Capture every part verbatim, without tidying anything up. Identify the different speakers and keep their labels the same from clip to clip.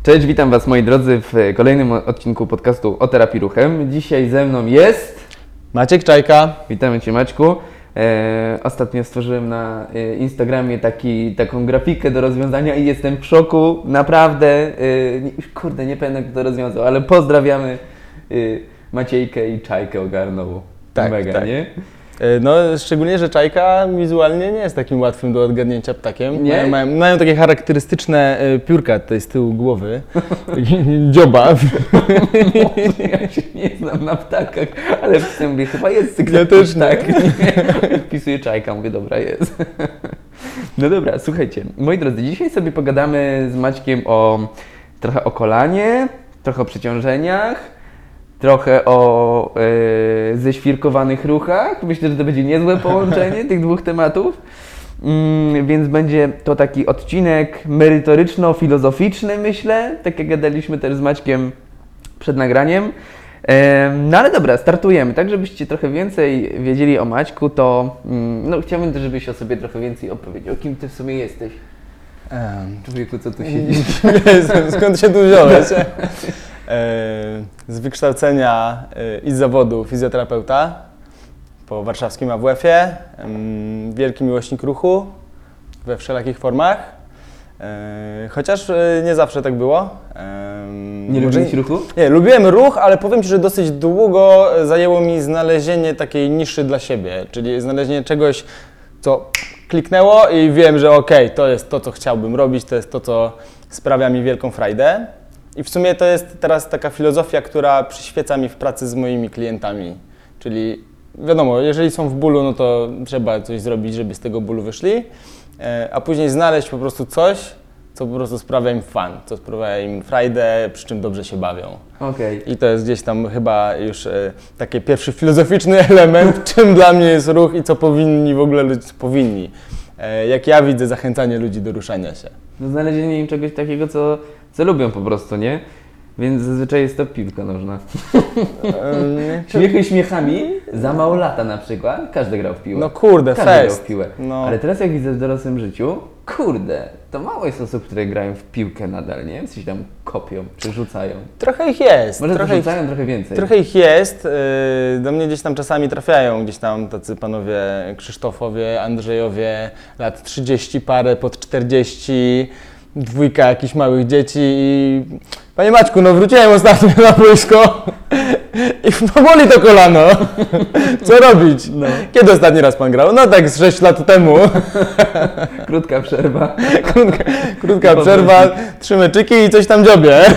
Speaker 1: Cześć, witam Was moi drodzy w kolejnym odcinku podcastu o terapii ruchem. Dzisiaj ze mną jest
Speaker 2: Maciek Czajka.
Speaker 1: Witamy Cię, Maćku. E, ostatnio stworzyłem na e, Instagramie taki, taką grafikę do rozwiązania i jestem w szoku. Naprawdę, e, nie, kurde, nie pamiętam kto to rozwiązał, ale pozdrawiamy e, Maciejkę i Czajkę ogarnął.
Speaker 2: Tak,
Speaker 1: Mega,
Speaker 2: tak.
Speaker 1: nie?
Speaker 2: No, szczególnie, że Czajka wizualnie nie jest takim łatwym do odgadnięcia ptakiem.
Speaker 1: Nie?
Speaker 2: Mają, mają, mają takie charakterystyczne piórka tutaj z tyłu głowy, dzioba.
Speaker 1: Ja się nie znam na ptakach, ale w mówię, chyba jest sygnał.
Speaker 2: Ja też
Speaker 1: tak. Wpisuję Czajka, mówię, dobra, jest. No dobra, słuchajcie, moi drodzy, dzisiaj sobie pogadamy z Maćkiem o trochę o kolanie, trochę o przeciążeniach, trochę o yy, ześwirkowanych ruchach. Myślę, że to będzie niezłe połączenie tych dwóch tematów. Mm, więc będzie to taki odcinek merytoryczno-filozoficzny, myślę, tak jak gadaliśmy też z Maćkiem przed nagraniem. Yy, no ale dobra, startujemy. Tak, żebyście trochę więcej wiedzieli o Maćku, to mm, no, chciałbym też, żebyś o sobie trochę więcej opowiedział. Kim ty w sumie jesteś?
Speaker 2: Um,
Speaker 1: Człowieku, co tu siedzi?
Speaker 2: Skąd się tu wziąłeś? Z wykształcenia i z zawodu fizjoterapeuta po warszawskim A W F-ie, wielki miłośnik ruchu we wszelakich formach, chociaż nie zawsze tak było.
Speaker 1: Nie lubiłeś ruchu?
Speaker 2: Nie, lubiłem ruch, ale powiem Ci, że dosyć długo zajęło mi znalezienie takiej niszy dla siebie, czyli znalezienie czegoś, co kliknęło i wiem, że okej, okay, to jest to, co chciałbym robić, to jest to, co sprawia mi wielką frajdę. I w sumie to jest teraz taka filozofia, która przyświeca mi w pracy z moimi klientami. Czyli wiadomo, jeżeli są w bólu, no to trzeba coś zrobić, żeby z tego bólu wyszli, a później znaleźć po prostu coś, co po prostu sprawia im fan, co sprawia im frajdę, przy czym dobrze się bawią.
Speaker 1: Okay.
Speaker 2: I to jest gdzieś tam chyba już e, taki pierwszy filozoficzny element, czym dla mnie jest ruch i co powinni w ogóle ludzie powinni. E, jak ja widzę zachęcanie ludzi do ruszania się.
Speaker 1: No, znalezienie im czegoś takiego, co, co lubią po prostu, nie? Więc zazwyczaj jest to piłka nożna. Um, Śmiechy śmiechami, za mało lata na przykład, każdy grał w piłę.
Speaker 2: No kurde,
Speaker 1: każdy
Speaker 2: fest.
Speaker 1: grał w piłę. No. Ale teraz jak widzę w dorosłym życiu, kurde, to mało jest osób, które grają w piłkę nadal, nie? Coś tam kopią, czy rzucają.
Speaker 2: Trochę ich jest.
Speaker 1: Może
Speaker 2: trochę
Speaker 1: rzucają
Speaker 2: ich,
Speaker 1: trochę więcej.
Speaker 2: Trochę ich jest. Do mnie gdzieś tam czasami trafiają gdzieś tam tacy panowie Krzysztofowie, Andrzejowie, lat trzydzieści parę, pod czterdzieści, dwójka jakichś małych dzieci i... Panie Maćku, no wróciłem ostatnio na boisko i no boli to kolano. Co robić? No. Kiedy ostatni raz Pan grał? No tak z sześć lat temu.
Speaker 1: Krótka przerwa.
Speaker 2: Krótka, krótka przerwa, trzy meczyki i coś tam dziobie. Eee,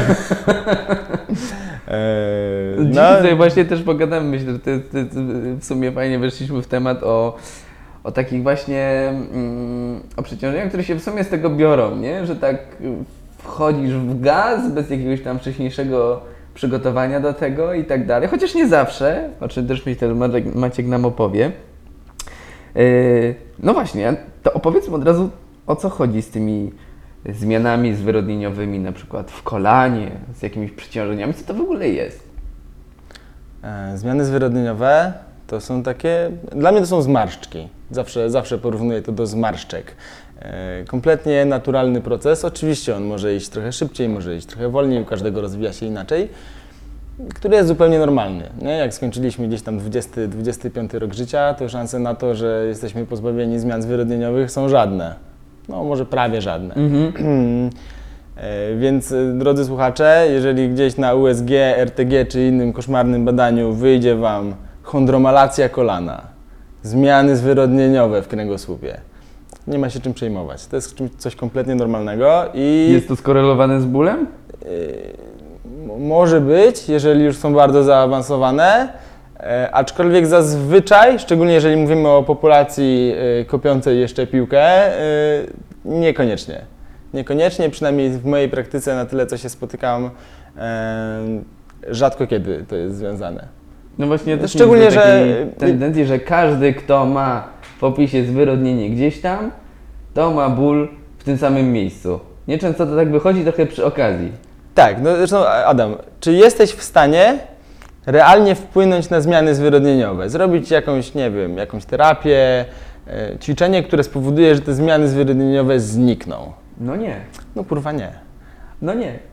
Speaker 1: no. Dzisiaj sobie właśnie też pogadamy. Myślę, że to, to, to w sumie fajnie weszliśmy w temat o, o takich właśnie mm, o przeciążeniach, które się w sumie z tego biorą, nie? Że tak wchodzisz w gaz bez jakiegoś tam wcześniejszego przygotowania do tego i tak dalej, chociaż nie zawsze, o czym też myślę, że Maciek, Maciek nam opowie. Yy, no właśnie, to opowiedzmy od razu, o co chodzi z tymi zmianami zwyrodnieniowymi, na przykład w kolanie, z jakimiś przeciążeniami, co to w ogóle jest?
Speaker 2: E, zmiany zwyrodnieniowe to są takie, dla mnie to są zmarszczki, zawsze, zawsze porównuję to do zmarszczek. Kompletnie naturalny proces. Oczywiście on może iść trochę szybciej, może iść trochę wolniej, u każdego rozwija się inaczej, który jest zupełnie normalny. Nie? Jak skończyliśmy gdzieś tam dwudziesty, dwudziesty piąty rok życia, to szanse na to, że jesteśmy pozbawieni zmian zwyrodnieniowych są żadne. No może prawie żadne. Mm-hmm. Więc drodzy słuchacze, jeżeli gdzieś na U S G, R T G czy innym koszmarnym badaniu wyjdzie Wam chondromalacja kolana, zmiany zwyrodnieniowe w kręgosłupie, nie ma się czym przejmować. To jest coś kompletnie normalnego i...
Speaker 1: Jest to skorelowane z bólem?
Speaker 2: Yy, może być, jeżeli już są bardzo zaawansowane, yy, aczkolwiek zazwyczaj, szczególnie jeżeli mówimy o populacji yy, kopiącej jeszcze piłkę, yy, niekoniecznie. Niekoniecznie, przynajmniej w mojej praktyce na tyle, co się spotykam, yy, rzadko kiedy to jest związane.
Speaker 1: No właśnie, też
Speaker 2: szczególnie, że
Speaker 1: tendencję, że każdy, kto ma w opisie zwyrodnienie gdzieś tam, to ma ból w tym samym miejscu. Nieczęsto to tak wychodzi trochę przy okazji.
Speaker 2: Tak, no zresztą Adam, czy jesteś w stanie realnie wpłynąć na zmiany zwyrodnieniowe? Zrobić jakąś, nie wiem, jakąś terapię, e, ćwiczenie, które spowoduje, że te zmiany zwyrodnieniowe znikną?
Speaker 1: No nie.
Speaker 2: No kurwa nie.
Speaker 1: No nie.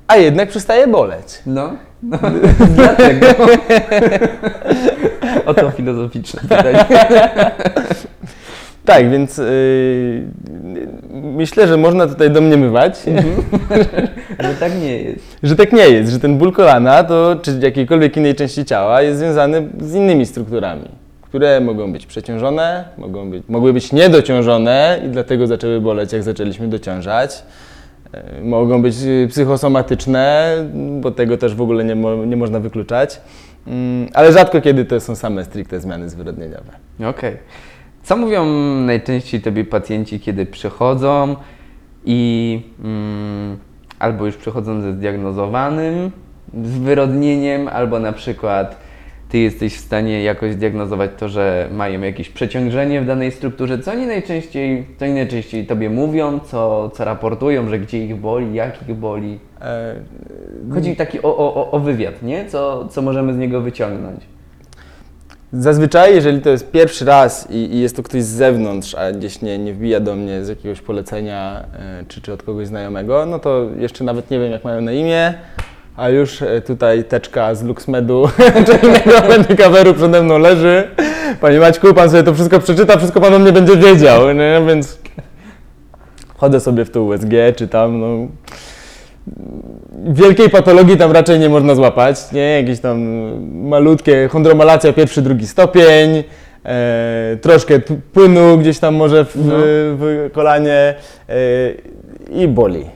Speaker 2: a jednak przestaje boleć.
Speaker 1: No, no dlatego. Oto filozoficzne pytanie.
Speaker 2: Tak, więc yy, myślę, że można tutaj domniemywać,
Speaker 1: Ale tak nie jest.
Speaker 2: że tak nie jest, że ten ból kolana to, czy jakiejkolwiek innej części ciała jest związany z innymi strukturami, które mogą być przeciążone, mogą być, mogły być niedociążone i dlatego zaczęły boleć, jak zaczęliśmy dociążać. Yy, mogą być psychosomatyczne, bo tego też w ogóle nie, mo, nie można wykluczać, yy, ale rzadko kiedy to są same stricte zmiany zwyrodnieniowe.
Speaker 1: Okej. Okay. Co mówią najczęściej Tobie pacjenci, kiedy przychodzą i mm, albo już przychodzą ze zdiagnozowanym zwyrodnieniem, albo na przykład Ty jesteś w stanie jakoś zdiagnozować to, że mają jakieś przeciążenie w danej strukturze. Co oni najczęściej, co oni najczęściej Tobie mówią, co, co raportują, że gdzie ich boli, jak ich boli?
Speaker 2: E,
Speaker 1: Chodzi mi taki o, o, o wywiad, nie? Co, co możemy z niego wyciągnąć?
Speaker 2: Zazwyczaj, jeżeli to jest pierwszy raz i, i jest to ktoś z zewnątrz, a gdzieś nie, nie wbija do mnie z jakiegoś polecenia y, czy, czy od kogoś znajomego, no to jeszcze nawet nie wiem, jak mają na imię, a już y, tutaj teczka z LuxMedu czy innego medykaweru przede mną leży. Panie Maćku, pan sobie to wszystko przeczyta, wszystko pan o mnie będzie wiedział, nie? Więc chodzę sobie w to U S G, czytam, no... Wielkiej patologii tam raczej nie można złapać, nie? Jakieś tam malutkie, chondromalacja pierwszy, drugi stopień, e, troszkę płynu gdzieś tam może w, no. w, w kolanie e, i boli.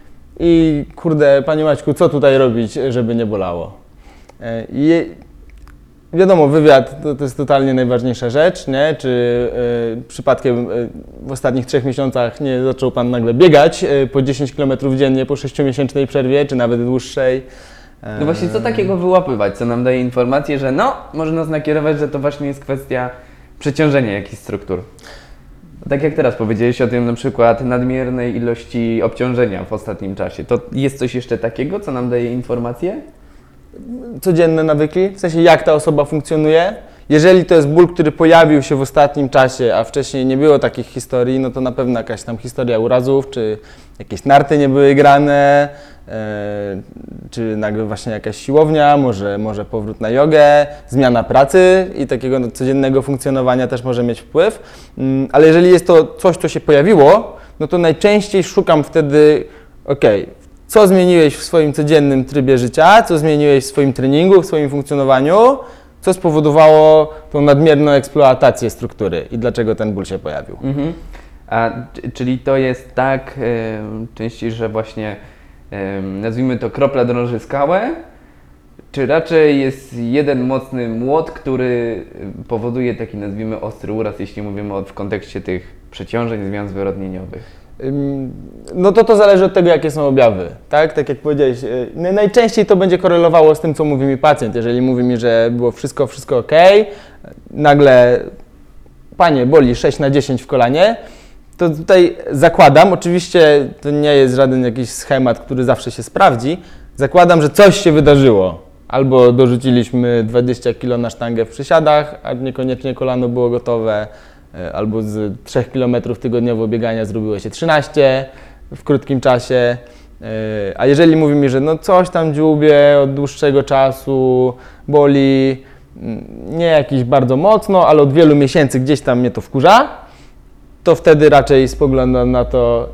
Speaker 2: I kurde, Panie Maćku, co tutaj robić, żeby nie bolało? E, i, Wiadomo, wywiad to, to jest totalnie najważniejsza rzecz, nie? Czy y, przypadkiem y, w ostatnich trzech miesiącach nie zaczął Pan nagle biegać y, po dziesięć kilometrów dziennie po sześciomiesięcznej przerwie, czy nawet dłuższej?
Speaker 1: No właśnie, co takiego wyłapywać, co nam daje informację, że no, można nas nakierować, że to właśnie jest kwestia przeciążenia jakichś struktur. Tak jak teraz powiedziałeś o tym na przykład nadmiernej ilości obciążenia w ostatnim czasie, to jest coś jeszcze takiego, co nam daje informację?
Speaker 2: Codzienne nawyki, w sensie jak ta osoba funkcjonuje. Jeżeli to jest ból, który pojawił się w ostatnim czasie, a wcześniej nie było takich historii, no to na pewno jakaś tam historia urazów, czy jakieś narty nie były grane, yy, czy nagle właśnie jakaś siłownia, może, może powrót na jogę, zmiana pracy i takiego no, codziennego funkcjonowania też może mieć wpływ. Yy, ale jeżeli jest to coś, co się pojawiło, no to najczęściej szukam wtedy, okej, okay, co zmieniłeś w swoim codziennym trybie życia, co zmieniłeś w swoim treningu, w swoim funkcjonowaniu, co spowodowało tą nadmierną eksploatację struktury i dlaczego ten ból się pojawił.
Speaker 1: Mhm. A, czyli to jest tak y, częściej, że właśnie y, nazwijmy to kropla drąży skałę, czy raczej jest jeden mocny młot, który powoduje taki, nazwijmy, ostry uraz, jeśli mówimy o, w kontekście tych przeciążeń, zmian zwyrodnieniowych?
Speaker 2: No to to zależy od tego, jakie są objawy, tak? Tak jak powiedziałeś, najczęściej to będzie korelowało z tym, co mówi mi pacjent. Jeżeli mówi mi, że było wszystko, wszystko ok, nagle, panie, boli sześć na dziesięć w kolanie, to tutaj zakładam, oczywiście to nie jest żaden jakiś schemat, który zawsze się sprawdzi, zakładam, że coś się wydarzyło. Albo dorzuciliśmy dwadzieścia kilo na sztangę w przysiadach, a niekoniecznie kolano było gotowe, albo z trzech kilometrów tygodniowo biegania zrobiło się trzynaście w krótkim czasie. A jeżeli mówi mi, że no coś tam dziubie od dłuższego czasu, boli, nie jakiś bardzo mocno, ale od wielu miesięcy gdzieś tam mnie to wkurza, to wtedy raczej spoglądam na to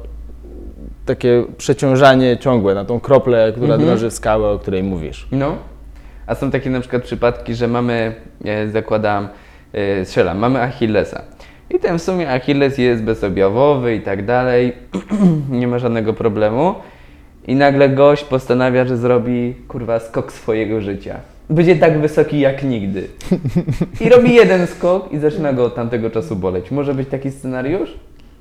Speaker 2: takie przeciążanie ciągłe, na tą kroplę, która mhm. drąży w skałę, o której mówisz.
Speaker 1: No, a są takie na przykład przypadki, że mamy, ja zakładam, yy, strzelam, mamy Achillesa. I ten w sumie Achilles jest bezobjawowy i tak dalej, nie ma żadnego problemu. I nagle gość postanawia, że zrobi, kurwa, skok swojego życia. Będzie tak wysoki jak nigdy. I robi jeden skok i zaczyna go od tamtego czasu boleć. Może być taki scenariusz?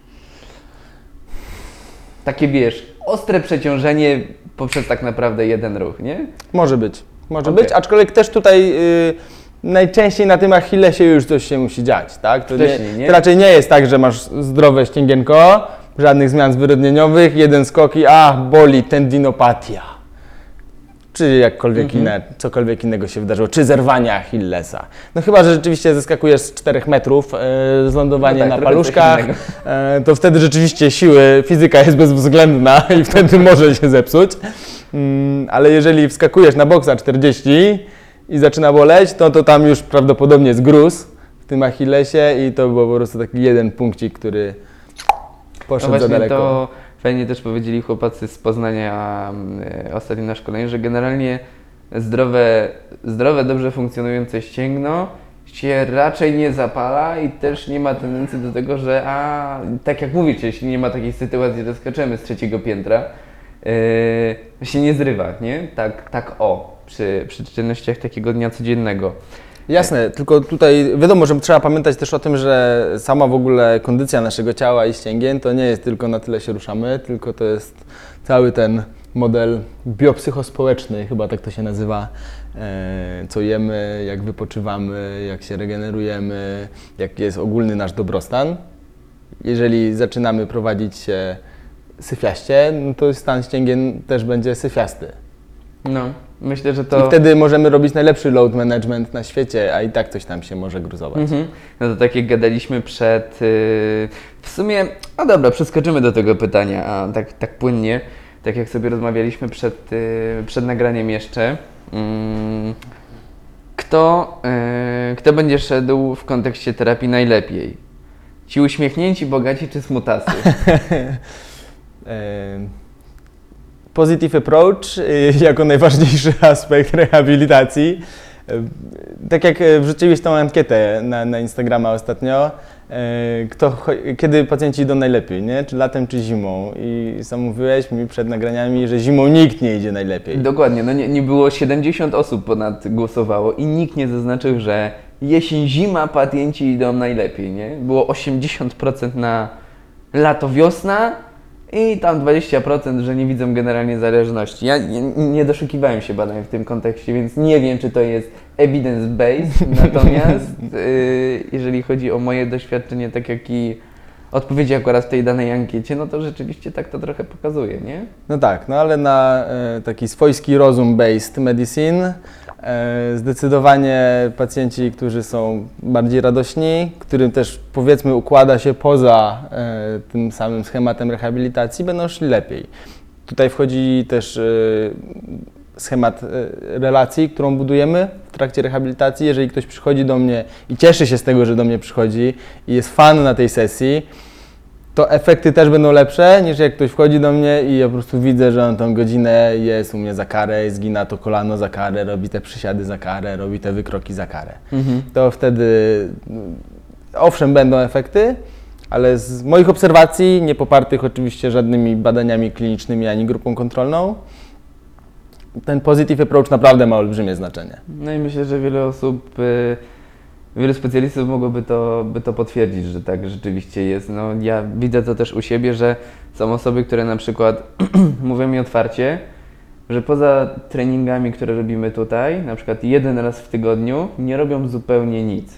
Speaker 1: Takie, wiesz, ostre przeciążenie poprzez tak naprawdę jeden ruch, nie?
Speaker 2: Może być, może
Speaker 1: Okay.
Speaker 2: być, aczkolwiek też tutaj... Yy... Najczęściej na tym Achillesie już coś się musi dziać, tak? To, nie,
Speaker 1: nie?
Speaker 2: to raczej nie jest tak, że masz zdrowe ścięgienko, żadnych zmian zwyrodnieniowych, jeden skok i a, boli tendinopatia. Czy jakkolwiek
Speaker 1: mhm.
Speaker 2: inne, cokolwiek innego się wydarzyło, czy zerwanie Achillesa. No chyba, że rzeczywiście zeskakujesz z czterech metrów e, z lądowaniem
Speaker 1: no tak,
Speaker 2: na paluszkach, e, to wtedy rzeczywiście siły, fizyka jest bezwzględna i wtedy może się zepsuć. Mm, ale jeżeli wskakujesz na boksa czterdzieści i zaczyna boleć, to, to tam już prawdopodobnie jest gruz w tym achillesie i to był po prostu taki jeden punkcik, który poszedł
Speaker 1: No
Speaker 2: za
Speaker 1: właśnie
Speaker 2: daleko.
Speaker 1: to fajnie też powiedzieli chłopacy z Poznania y, ostatnio na szkoleniu, że generalnie zdrowe, zdrowe, dobrze funkcjonujące ścięgno się raczej nie zapala i też nie ma tendencji do tego, że a tak jak mówicie, jeśli nie ma takiej sytuacji, że skaczemy z trzeciego piętra, yy, się nie zrywa, nie? Tak, tak o, przy, przy czynnościach takiego dnia codziennego.
Speaker 2: Jasne, tylko tutaj wiadomo, że trzeba pamiętać też o tym, że sama w ogóle kondycja naszego ciała i ścięgien to nie jest tylko na tyle się ruszamy, tylko to jest cały ten model biopsychospołeczny, chyba tak to się nazywa, e, co jemy, jak wypoczywamy, jak się regenerujemy, jaki jest ogólny nasz dobrostan. Jeżeli zaczynamy prowadzić się syfiaście, no to stan ścięgien też będzie syfiasty.
Speaker 1: No, myślę, że to...
Speaker 2: I wtedy możemy robić najlepszy load management na świecie, a i tak coś tam się może gruzować.
Speaker 1: Mhm. No to tak jak gadaliśmy przed... Yy, w sumie, no dobra, przeskoczymy do tego pytania, a tak, tak płynnie, tak jak sobie rozmawialiśmy przed, yy, przed nagraniem jeszcze. Yy, kto, yy, kto będzie szedł w kontekście terapii najlepiej? Ci uśmiechnięci, bogaci czy smutasy?
Speaker 2: Positive approach y, jako najważniejszy aspekt rehabilitacji. Y, Tak jak y, wrzuciłeś tą ankietę na, na Instagrama ostatnio, y, kto, cho- kiedy pacjenci idą najlepiej, nie? Czy latem, czy zimą? I sam mówiłeś mi przed nagraniami, że zimą nikt nie idzie najlepiej.
Speaker 1: Dokładnie, no nie, nie było siedemdziesiąt osób ponad głosowało i nikt nie zaznaczył, że jesień, zima pacjenci idą najlepiej, nie? Było osiemdziesiąt procent na lato, wiosna i tam dwadzieścia procent, że nie widzą generalnie zależności. Ja nie, nie doszukiwałem się badań w tym kontekście, więc nie wiem, czy to jest evidence-based, natomiast yy, jeżeli chodzi o moje doświadczenie, tak jak i odpowiedzi akurat w tej danej ankiecie, no to rzeczywiście tak to trochę pokazuje, nie?
Speaker 2: No tak, no ale na e, taki swojski rozum-based medicine e, zdecydowanie pacjenci, którzy są bardziej radośni, którym też powiedzmy układa się poza e, tym samym schematem rehabilitacji, będą szli lepiej. Tutaj wchodzi też e, schemat e, relacji, którą budujemy w trakcie rehabilitacji. Jeżeli ktoś przychodzi do mnie i cieszy się z tego, że do mnie przychodzi i jest fan na tej sesji, to efekty też będą lepsze niż jak ktoś wchodzi do mnie i ja po prostu widzę, że on tą godzinę jest u mnie za karę, zgina to kolano za karę, robi te przysiady za karę, robi te wykroki za karę.
Speaker 1: Mhm.
Speaker 2: To wtedy owszem będą efekty, ale z moich obserwacji, nie popartych oczywiście żadnymi badaniami klinicznymi ani grupą kontrolną, ten positive approach naprawdę ma olbrzymie znaczenie.
Speaker 1: No i myślę, że wiele osób, y, wielu specjalistów mogłoby to, by to potwierdzić, że tak rzeczywiście jest. No, ja widzę to też u siebie, że są osoby, które na przykład mówią mi otwarcie, że poza treningami, które robimy tutaj, na przykład jeden raz w tygodniu, nie robią zupełnie nic.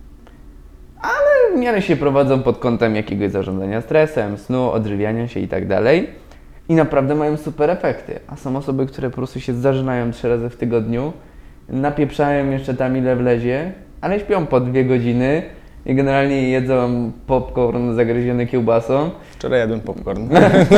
Speaker 1: Ale w miarę się prowadzą pod kątem jakiegoś zarządzania stresem, snu, odżywiania się i tak dalej. I naprawdę mają super efekty. A są osoby, które po prostu się zażynają trzy razy w tygodniu, napieprzają jeszcze tam ile wlezie, ale śpią po dwie godziny i generalnie jedzą popcorn zagryziony kiełbasą.
Speaker 2: Wczoraj jadłem popcorn.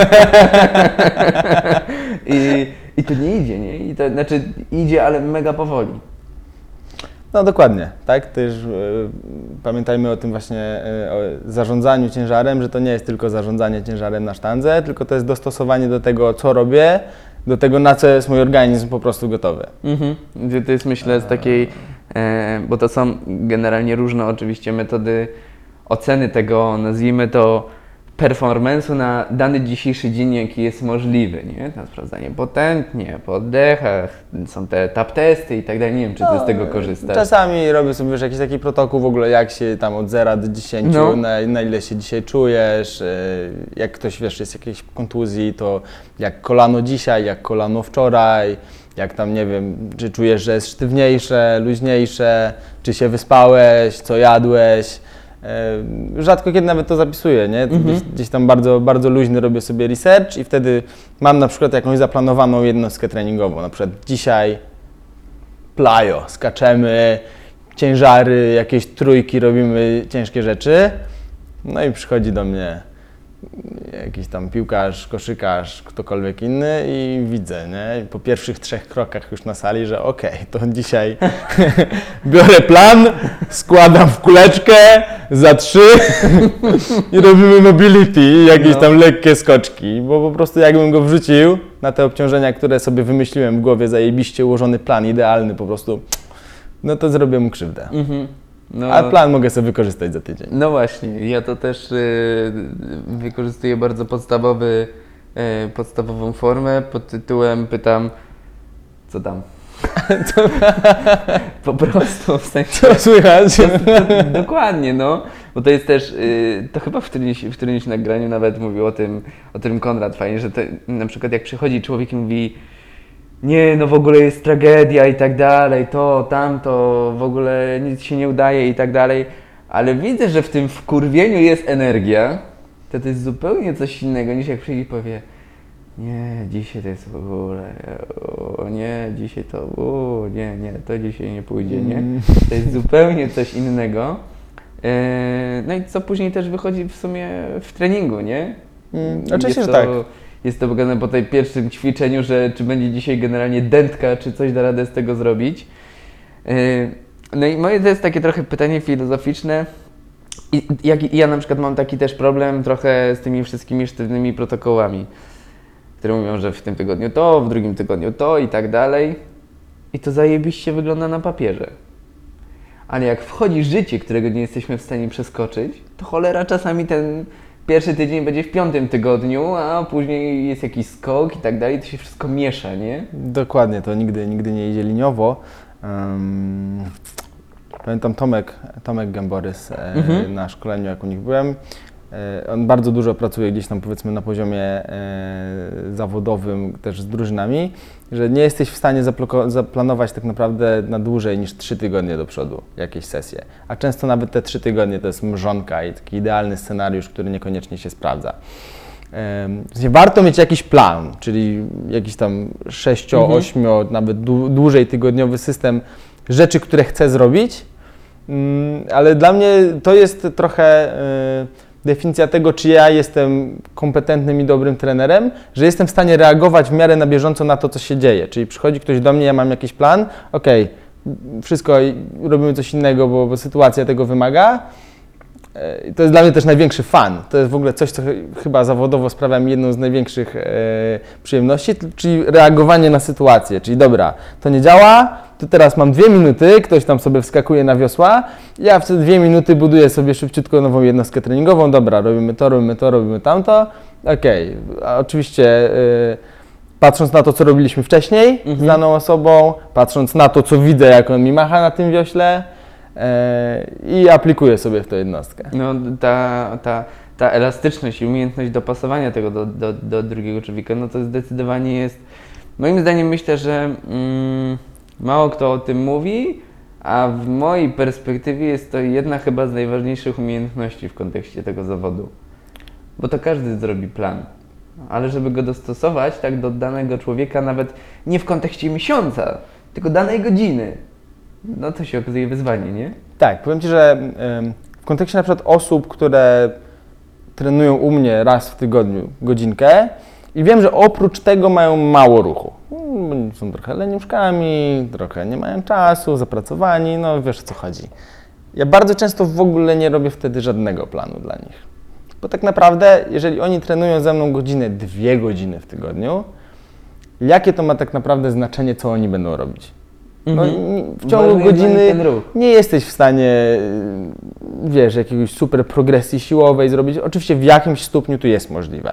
Speaker 1: I, I to nie idzie, nie? I to, znaczy idzie, ale mega powoli.
Speaker 2: No dokładnie, tak? Też e, pamiętajmy o tym właśnie e, o zarządzaniu ciężarem, że to nie jest tylko zarządzanie ciężarem na sztandze, tylko to jest dostosowanie do tego, co robię, do tego, na co jest mój organizm po prostu gotowy.
Speaker 1: Mhm. Gdzie to jest, myślę, z takiej, e, bo to są generalnie różne oczywiście metody oceny tego, nazwijmy to, performance'u na dany dzisiejszy dzień, jaki jest możliwy, nie? Na sprawdzanie potętnie, po oddechach, są te tap testy i tak dalej, nie wiem, czy ty z tego korzystasz.
Speaker 2: Czasami robię sobie wiesz, jakiś taki protokół w ogóle, jak się tam od zera do dziesięciu,
Speaker 1: No.
Speaker 2: na, na ile się dzisiaj czujesz, e, jak ktoś wiesz, jest jakiejś kontuzji, to jak kolano dzisiaj, jak kolano wczoraj, jak tam nie wiem, czy czujesz, że jest sztywniejsze, luźniejsze, czy się wyspałeś, co jadłeś. E, Rzadko kiedy nawet to zapisuję, nie?
Speaker 1: Mhm.
Speaker 2: Gdzieś, gdzieś tam bardzo, bardzo luźny robię sobie research i wtedy mam na przykład jakąś zaplanowaną jednostkę treningową. Na przykład dzisiaj plyo, skaczemy, ciężary, jakieś trójki, robimy ciężkie rzeczy. No i przychodzi do mnie jakiś tam piłkarz, koszykarz, ktokolwiek inny i widzę, nie? Po pierwszych trzech krokach już na sali, że okej, okay, to dzisiaj biorę plan, składam w kuleczkę za trzy i robimy mobility i jakieś
Speaker 1: No.
Speaker 2: tam lekkie skoczki, bo po prostu jakbym go wrzucił na te obciążenia, które sobie wymyśliłem w głowie, zajebiście ułożony plan, idealny po prostu, no to zrobię mu krzywdę.
Speaker 1: Mhm. No,
Speaker 2: A plan mogę sobie wykorzystać za tydzień.
Speaker 1: no właśnie, ja to też y, wykorzystuję bardzo podstawowy, y, podstawową formę pod tytułem pytam, co tam? Po prostu, w sensie,
Speaker 2: Co słychać?
Speaker 1: dokładnie, no, bo to jest też, y, to chyba w którymś, w którymś nagraniu nawet mówił o tym, o tym Konrad fajnie, że to, na przykład jak przychodzi człowiek i mówi, nie, no w ogóle jest tragedia i tak dalej, to, tamto, w ogóle nic się nie udaje i tak dalej, ale widzę, że w tym wkurwieniu jest energia, to to jest zupełnie coś innego niż jak przyjdzie i powie, nie, dzisiaj to jest w ogóle, o nie, dzisiaj to, o nie, nie, to dzisiaj nie pójdzie, nie? To jest zupełnie coś innego. E, No i co później też wychodzi w sumie w treningu, nie?
Speaker 2: Mm, oczywiście,
Speaker 1: jest
Speaker 2: że
Speaker 1: to,
Speaker 2: tak.
Speaker 1: Jest to pokazane po tej pierwszym ćwiczeniu, że czy będzie dzisiaj generalnie dętka, czy coś da radę z tego zrobić. E, No i moje to jest takie trochę pytanie filozoficzne. I jak ja na przykład mam taki też problem trochę z tymi wszystkimi sztywnymi protokołami, które mówią, że w tym tygodniu to, w drugim tygodniu to i tak dalej. I to zajebiście wygląda na papierze. Ale jak wchodzi życie, którego nie jesteśmy w stanie przeskoczyć, to cholera czasami ten pierwszy tydzień będzie w piątym tygodniu, a później jest jakiś skok i tak dalej, to się wszystko miesza, nie?
Speaker 2: Dokładnie, to nigdy, nigdy nie idzie liniowo. Um, pamiętam Tomek, Tomek Gęborys e,
Speaker 1: Mhm.
Speaker 2: na szkoleniu, jak u nich byłem. E, on bardzo dużo pracuje gdzieś tam, powiedzmy, na poziomie e, zawodowym też z drużynami, że nie jesteś w stanie zaploko- zaplanować tak naprawdę na dłużej niż trzy tygodnie do przodu jakieś sesje. A często nawet te trzy tygodnie to jest mrzonka i taki idealny scenariusz, który niekoniecznie się sprawdza. Em, w sensie warto mieć jakiś plan, czyli jakiś tam sześcio,
Speaker 1: Mhm.
Speaker 2: ośmio, nawet dłu- dłużej tygodniowy system rzeczy, które chcę zrobić, mm, ale dla mnie to jest trochę y, definicja tego, czy ja jestem kompetentnym i dobrym trenerem, że jestem w stanie reagować w miarę na bieżąco na to, co się dzieje. Czyli przychodzi ktoś do mnie, ja mam jakiś plan, okej, wszystko i robimy coś innego, bo, bo sytuacja tego wymaga. I to jest dla mnie też największy fan. To jest w ogóle coś, co ch- chyba zawodowo sprawia mi jedną z największych e, przyjemności, t- czyli reagowanie na sytuację. Czyli dobra, to nie działa, to teraz mam dwie minuty, ktoś tam sobie wskakuje na wiosła, ja w te dwie minuty buduję sobie szybciutko nową jednostkę treningową, dobra, robimy to, robimy to, robimy tamto, okej. A oczywiście e, patrząc na to, co robiliśmy wcześniej
Speaker 1: Mhm.
Speaker 2: z daną osobą, patrząc na to, co widzę, jak on mi macha na tym wiośle, i aplikuję sobie w tę jednostkę.
Speaker 1: No ta, ta, ta elastyczność i umiejętność dopasowania tego do, do, do drugiego człowieka, no to zdecydowanie jest, moim zdaniem myślę, że mm, mało kto o tym mówi, a w mojej perspektywie jest to jedna chyba z najważniejszych umiejętności w kontekście tego zawodu. Bo to każdy zrobi plan, ale żeby go dostosować tak do danego człowieka, nawet nie w kontekście miesiąca, tylko danej godziny, no to się okazuje wyzwanie, nie?
Speaker 2: Tak, powiem Ci, że ym, w kontekście na przykład osób, które trenują u mnie raz w tygodniu godzinkę i wiem, że oprócz tego mają mało ruchu. Mm, Są trochę leniuszkami, trochę nie mają czasu, zapracowani, no wiesz o co chodzi. Ja bardzo często w ogóle nie robię wtedy żadnego planu dla nich. Bo tak naprawdę, jeżeli oni trenują ze mną godzinę, dwie godziny w tygodniu, jakie to ma tak naprawdę znaczenie, co oni będą robić? No,
Speaker 1: Mhm.
Speaker 2: ni- w ciągu
Speaker 1: Ważny jest dla nich
Speaker 2: godziny
Speaker 1: ten ruch.
Speaker 2: nie jesteś w stanie, y, wiesz, jakiegoś super progresji siłowej zrobić. Oczywiście w jakimś stopniu to jest możliwe.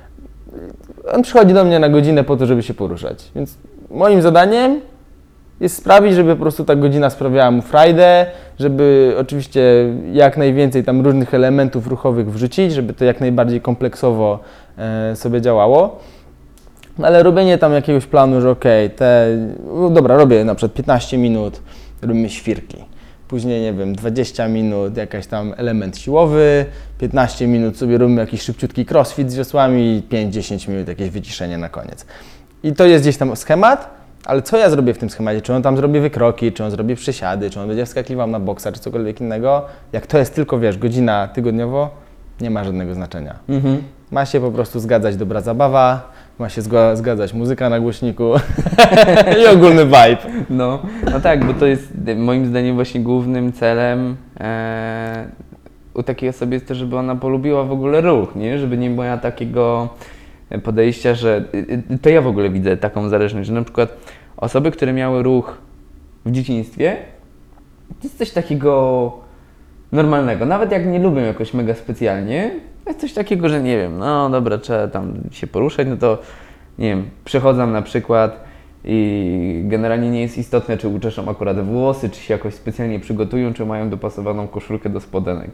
Speaker 2: On przychodzi do mnie na godzinę po to, żeby się poruszać. Więc moim zadaniem jest sprawić, żeby po prostu ta godzina sprawiała mu frajdę, żeby oczywiście jak najwięcej tam różnych elementów ruchowych wrzucić, żeby to jak najbardziej kompleksowo e, sobie działało. No ale robienie tam jakiegoś planu, że okej, te, no dobra, robię na przykład piętnaście minut, robimy świrki. Później, nie wiem, dwadzieścia minut, jakaś tam element siłowy, piętnaście minut sobie robimy jakiś szybciutki crossfit z wiosłami, pięć do dziesięciu minut jakieś wyciszenie na koniec. I to jest gdzieś tam schemat, ale co ja zrobię w tym schemacie? Czy on tam zrobi wykroki, czy on zrobi przysiady, czy on będzie wskakiwał na boksa, czy cokolwiek innego? Jak to jest tylko, wiesz, godzina tygodniowo, nie ma żadnego znaczenia.
Speaker 1: Mhm.
Speaker 2: Ma się po prostu zgadzać dobra zabawa, ma się zga- zgadzać muzyka na głośniku i ogólny vibe.
Speaker 1: No, no tak, bo to jest moim zdaniem właśnie głównym celem e, u takiej osoby jest to, żeby ona polubiła w ogóle ruch, nie? Żeby nie miała takiego podejścia, że to ja w ogóle widzę taką zależność, że na przykład osoby, które miały ruch w dzieciństwie, to jest coś takiego normalnego, nawet jak nie lubią jakoś mega specjalnie, to jest coś takiego, że nie wiem, no dobra, trzeba tam się poruszać, no to nie wiem, przychodzą na przykład i generalnie nie jest istotne, czy uczeszą akurat włosy, czy się jakoś specjalnie przygotują, czy mają dopasowaną koszulkę do spodenek.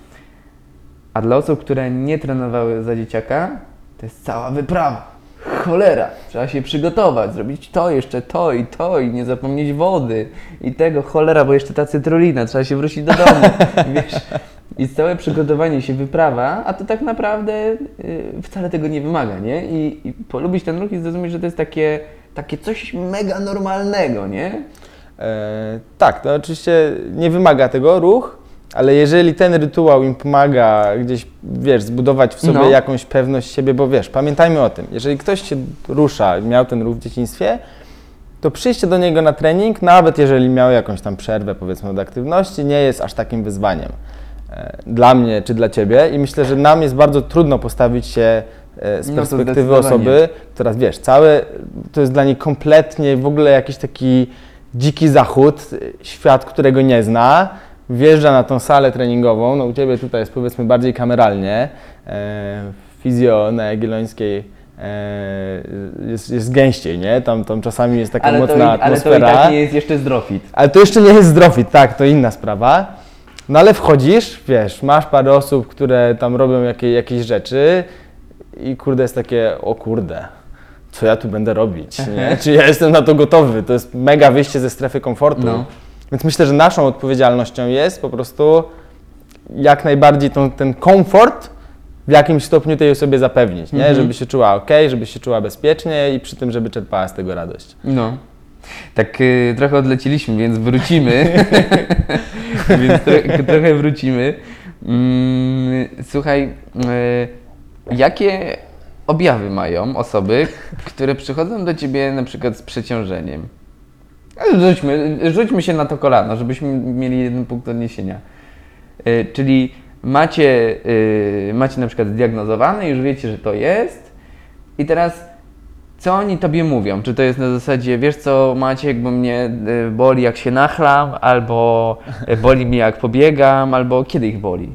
Speaker 1: A dla osób, które nie trenowały za dzieciaka, to jest cała wyprawa. Cholera, trzeba się przygotować, zrobić to, jeszcze to i to i nie zapomnieć wody i tego, cholera, bo jeszcze ta cytrulina, trzeba się wrócić do domu, wiesz. I całe przygotowanie się, wyprawa, a to tak naprawdę y, wcale tego nie wymaga, nie? I, I polubić ten ruch i zrozumieć, że to jest takie, takie coś mega normalnego, nie?
Speaker 2: E, tak, to oczywiście nie wymaga tego ruch, ale jeżeli ten rytuał im pomaga gdzieś, wiesz, zbudować w sobie
Speaker 1: No.
Speaker 2: jakąś pewność siebie, bo wiesz, pamiętajmy o tym, jeżeli ktoś się rusza, miał ten ruch w dzieciństwie, to przyjście do niego na trening, nawet jeżeli miał jakąś tam przerwę, powiedzmy, od aktywności, nie jest aż takim wyzwaniem e, dla mnie czy dla Ciebie i myślę, że nam jest bardzo trudno postawić się e, z
Speaker 1: No to
Speaker 2: perspektywy
Speaker 1: zdecydowanie.
Speaker 2: osoby, która, wiesz, całe, to jest dla niej kompletnie w ogóle jakiś taki dziki zachód, świat, którego nie zna, wjeżdża na tą salę treningową, no u Ciebie tutaj jest powiedzmy bardziej kameralnie, e, fizjo na Jagiellońskiej e, jest, jest gęściej, nie? Tam, tam czasami jest taka
Speaker 1: Ale to,
Speaker 2: mocna
Speaker 1: i, ale to i
Speaker 2: atmosfera.
Speaker 1: tak nie jest jeszcze zdrowit.
Speaker 2: Ale to jeszcze nie jest zdrowit, tak, to inna sprawa. No ale wchodzisz, wiesz, masz parę osób, które tam robią jakie, jakieś rzeczy i kurde jest takie, o kurde, co ja tu będę robić, nie? Czy ja jestem na to gotowy? To jest mega wyjście ze strefy komfortu.
Speaker 1: No.
Speaker 2: Więc myślę, że naszą odpowiedzialnością jest po prostu jak najbardziej tą, ten komfort w jakimś stopniu tej osobie zapewnić, nie?
Speaker 1: Mhm.
Speaker 2: Żeby się czuła ok, żeby się czuła bezpiecznie i przy tym, żeby czerpała z tego radość.
Speaker 1: No. Tak y, trochę odleciliśmy, więc wrócimy. więc tro, trochę wrócimy. Mm, słuchaj, y, jakie objawy mają osoby, które przychodzą do Ciebie na przykład z przeciążeniem? Rzućmy, rzućmy się na to kolano, żebyśmy mieli jeden punkt odniesienia. Y, czyli macie, y, macie na przykład zdiagnozowane, już wiecie, że to jest i teraz co oni Tobie mówią? Czy to jest na zasadzie, wiesz co Maciek, bo mnie y, boli jak się nachlam, albo y, boli mnie jak pobiegam, albo kiedy ich boli?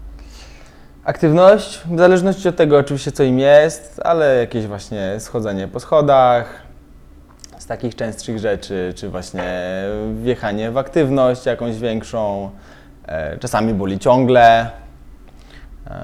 Speaker 2: Aktywność, w zależności od tego oczywiście co im jest, ale jakieś właśnie schodzenie po schodach, z takich częstszych rzeczy, czy właśnie wjechanie w aktywność jakąś większą, e, czasami boli ciągle, e,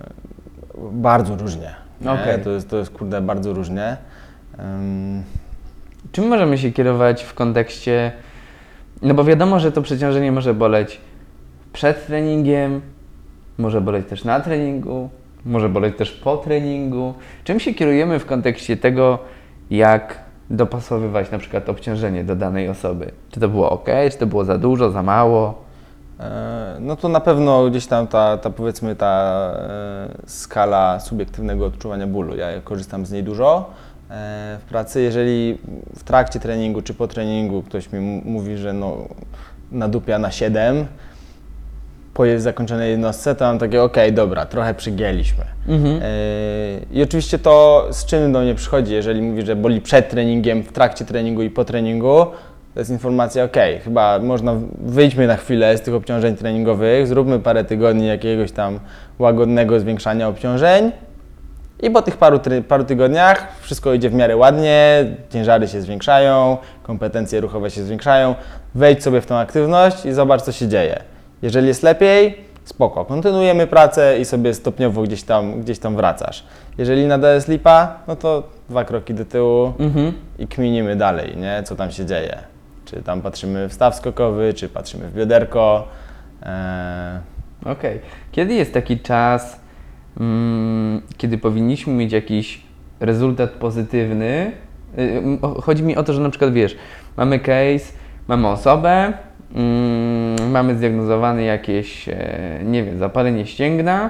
Speaker 2: bardzo różnie. nie?
Speaker 1: Okej.
Speaker 2: To jest, to jest kurde bardzo różnie. Ym,
Speaker 1: Czym możemy się kierować w kontekście, no bo wiadomo, że to przeciążenie może boleć przed treningiem, może boleć też na treningu, może boleć też po treningu. Czym się kierujemy w kontekście tego, jak dopasowywać na przykład obciążenie do danej osoby? Czy to było ok, czy to było za dużo, za mało?
Speaker 2: e, no to na pewno gdzieś tam ta, ta powiedzmy ta e, skala subiektywnego odczuwania bólu, ja korzystam z niej dużo e, w pracy. Jeżeli w trakcie treningu czy po treningu ktoś mi m- mówi, że no nadupia na siedem, po jej zakończonej jednostce, to mam takie, okej, dobra, trochę przygięliśmy.
Speaker 1: Mhm.
Speaker 2: Yy, I oczywiście to, z czym do mnie przychodzi, jeżeli mówi, że boli przed treningiem, w trakcie treningu i po treningu, to jest informacja, okej, chyba można, wyjdźmy na chwilę z tych obciążeń treningowych, zróbmy parę tygodni jakiegoś tam łagodnego zwiększania obciążeń i po tych paru, try- paru tygodniach wszystko idzie w miarę ładnie, ciężary się zwiększają, kompetencje ruchowe się zwiększają, wejdź sobie w tą aktywność i zobacz, co się dzieje. Jeżeli jest lepiej, spoko, kontynuujemy pracę i sobie stopniowo gdzieś tam, gdzieś tam wracasz. Jeżeli nadal jest lipa, no to dwa kroki do tyłu
Speaker 1: Mhm.
Speaker 2: i kminimy dalej, nie? Co tam się dzieje. Czy tam patrzymy w staw skokowy, czy patrzymy w bioderko. Eee,
Speaker 1: Okej. Kiedy jest taki czas, mm, kiedy powinniśmy mieć jakiś rezultat pozytywny? Y, m, o- Chodzi mi o to, że na przykład wiesz, mamy case, mamy osobę, mm, mamy zdiagnozowane jakieś, e, nie wiem, zapalenie ścięgna,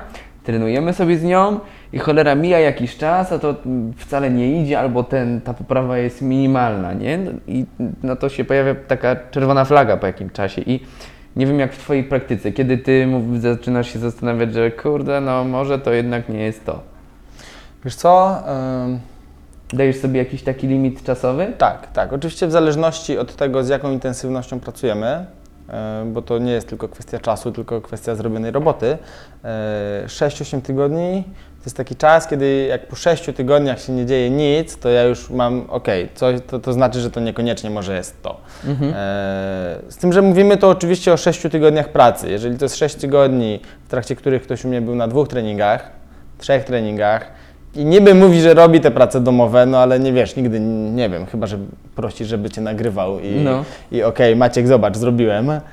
Speaker 1: trenujemy sobie z nią i cholera mija jakiś czas, a to wcale nie idzie, albo ten, ta poprawa jest minimalna, nie? I no to się pojawia taka czerwona flaga po jakimś czasie i nie wiem jak w Twojej praktyce, kiedy Ty mów, zaczynasz się zastanawiać, że kurde, no może to jednak nie jest to.
Speaker 2: Wiesz co? Ym...
Speaker 1: Dajesz sobie jakiś taki limit czasowy?
Speaker 2: Tak, tak. Oczywiście w zależności od tego, z jaką intensywnością pracujemy, bo to nie jest tylko kwestia czasu, tylko kwestia zrobionej roboty. sześć osiem tygodni to jest taki czas, kiedy jak po sześciu tygodniach się nie dzieje nic, to ja już mam ok, coś, to, to znaczy, że to niekoniecznie może jest to. Mhm. Z tym, że mówimy to oczywiście o sześciu tygodniach pracy. Jeżeli to jest sześć tygodni, w trakcie których ktoś u mnie był na dwóch treningach, trzech treningach, i niby mówi, że robi te prace domowe, no ale nie wiesz, nigdy nie wiem, chyba że prosi, żeby cię nagrywał i, no. i okej, okay, Maciek, zobacz, zrobiłem, eee,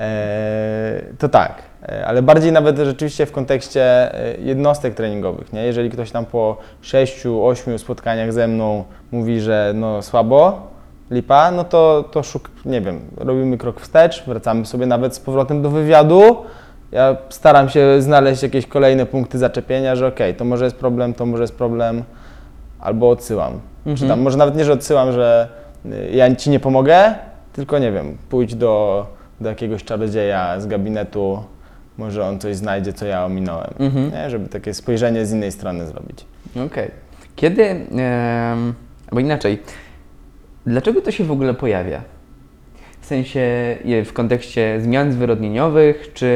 Speaker 2: to tak, ale bardziej nawet rzeczywiście w kontekście jednostek treningowych, nie? Jeżeli ktoś tam po sześciu, ośmiu spotkaniach ze mną mówi, że no słabo, lipa, no to, to szuk, nie wiem, robimy krok wstecz, wracamy sobie nawet z powrotem do wywiadu. Ja staram się znaleźć jakieś kolejne punkty zaczepienia, że okej, okay, to może jest problem, to może jest problem, albo odsyłam. Mhm. Czy tam, może nawet nie, że odsyłam, że ja Ci nie pomogę, tylko nie wiem, pójdź do, do jakiegoś czarodzieja z gabinetu, może on coś znajdzie, co ja ominąłem, mhm. nie? Żeby takie spojrzenie z innej strony zrobić.
Speaker 1: Okej. Okay. Kiedy, yy, albo inaczej, dlaczego to się w ogóle pojawia? W sensie w kontekście zmian zwyrodnieniowych czy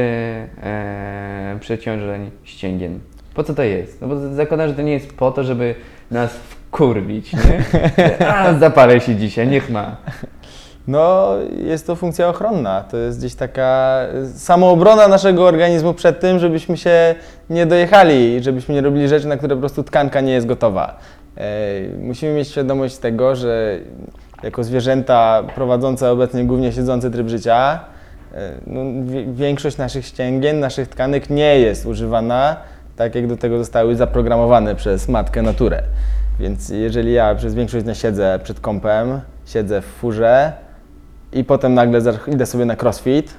Speaker 1: e, przeciążeń ścięgien. Po co to jest? No bo zakładam, że to nie jest po to, żeby nas wkurwić, nie? A, zapalę się dzisiaj, niech ma.
Speaker 2: No, jest to funkcja ochronna. To jest gdzieś taka samoobrona naszego organizmu przed tym, żebyśmy się nie dojechali, żebyśmy nie robili rzeczy, na które po prostu tkanka nie jest gotowa. E, musimy mieć świadomość tego, że jako zwierzęta prowadzące obecnie głównie siedzący tryb życia, no, większość naszych ścięgien, naszych tkanek nie jest używana tak, jak do tego zostały zaprogramowane przez matkę naturę. Więc jeżeli ja przez większość dnia siedzę przed kompem, siedzę w furze i potem nagle idę sobie na crossfit,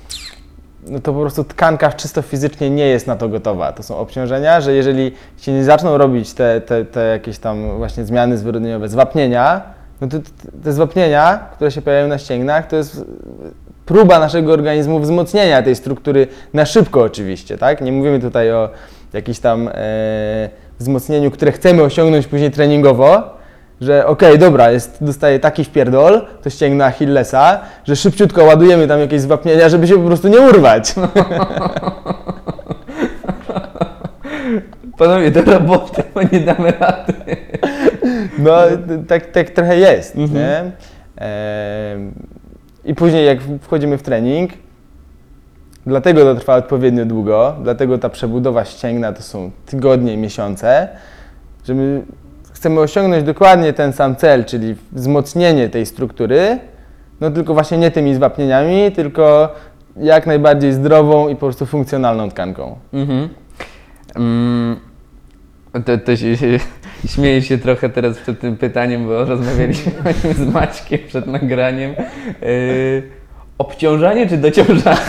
Speaker 2: no to po prostu tkanka czysto fizycznie nie jest na to gotowa. To są obciążenia, że jeżeli się nie zaczną robić te, te, te jakieś tam właśnie zmiany zwyrodnieniowe, zwapnienia, no to te zwapnienia, które się pojawiają na ścięgnach, to jest próba naszego organizmu wzmocnienia tej struktury na szybko oczywiście, tak? Nie mówimy tutaj o jakimś tam e, wzmocnieniu, które chcemy osiągnąć później treningowo, że okej, okay, dobra, jest, dostaję taki wpierdol, to ścięgno Achillesa, że szybciutko ładujemy tam jakieś zwapnienia, żeby się po prostu nie urwać.
Speaker 1: Panowie, do roboty, bo nie damy rady.
Speaker 2: No, tak, tak trochę jest, mhm. nie? E, I później jak wchodzimy w trening, dlatego to trwa odpowiednio długo, dlatego ta przebudowa ścięgna to są tygodnie i miesiące, że my chcemy osiągnąć dokładnie ten sam cel, czyli wzmocnienie tej struktury, no tylko właśnie nie tymi zwapnieniami, tylko jak najbardziej zdrową i po prostu funkcjonalną tkanką. Mhm.
Speaker 1: Mm, to, to się, się, śmieję się trochę teraz przed tym pytaniem, bo rozmawialiśmy z Maćkiem przed nagraniem. Yy, obciążanie czy dociążanie?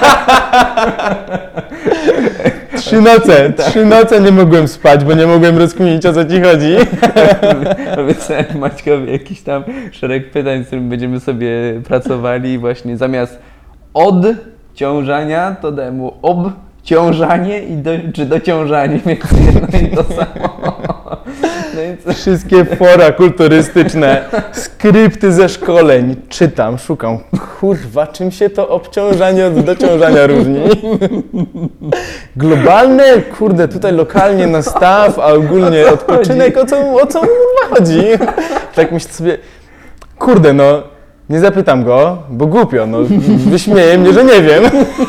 Speaker 2: Trzy noce, trzy noce nie mogłem spać, bo nie mogłem rozkminić, o co Ci chodzi.
Speaker 1: Obiecałem Maćkowi jakiś tam szereg pytań, z którym będziemy sobie pracowali. Właśnie zamiast odciążania, to dałem mu obciążanie i do, czy dociążanie, więc jedno i to samo. No
Speaker 2: wszystkie fora kulturystyczne, skrypty ze szkoleń, czytam, szukam. Kurwa, czym się to obciążanie od dociążania różni? Globalne, kurde, tutaj lokalnie na staw, a ogólnie o odpoczynek, o co, o co kurwa chodzi? Tak myślę sobie, kurde, no, nie zapytam go, bo głupio, no, wyśmieje mnie, że nie wiem.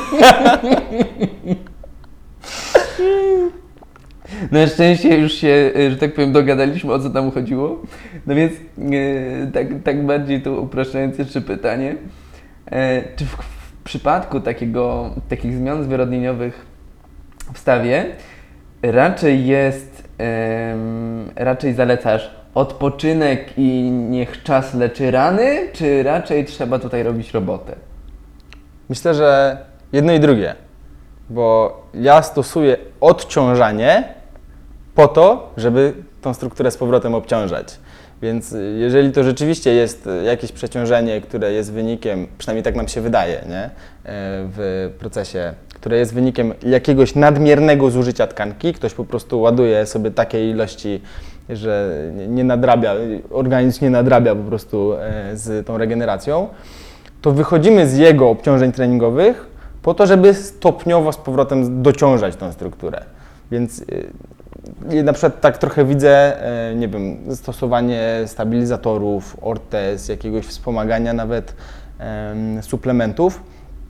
Speaker 1: Na szczęście już się, że tak powiem, dogadaliśmy, o co tam chodziło. No więc e, tak, tak bardziej tu upraszczając jeszcze pytanie. E, czy w, w przypadku takiego, takich zmian zwyrodnieniowych w stawie raczej jest, e, raczej zalecasz odpoczynek i niech czas leczy rany, czy raczej trzeba tutaj robić robotę?
Speaker 2: Myślę, że jedno i drugie. bo ja stosuję odciążanie po to, żeby tą strukturę z powrotem obciążać. Więc jeżeli to rzeczywiście jest jakieś przeciążenie, które jest wynikiem, przynajmniej tak nam się wydaje, nie? W procesie, które jest wynikiem jakiegoś nadmiernego zużycia tkanki, ktoś po prostu ładuje sobie takiej ilości, że nie nadrabia, organizm nie nadrabia po prostu z tą regeneracją, to wychodzimy z jego obciążeń treningowych po to, żeby stopniowo z powrotem dociążać tą strukturę. Więc yy, na przykład tak trochę widzę, yy, nie wiem, stosowanie stabilizatorów, ortez, jakiegoś wspomagania, nawet yy, suplementów,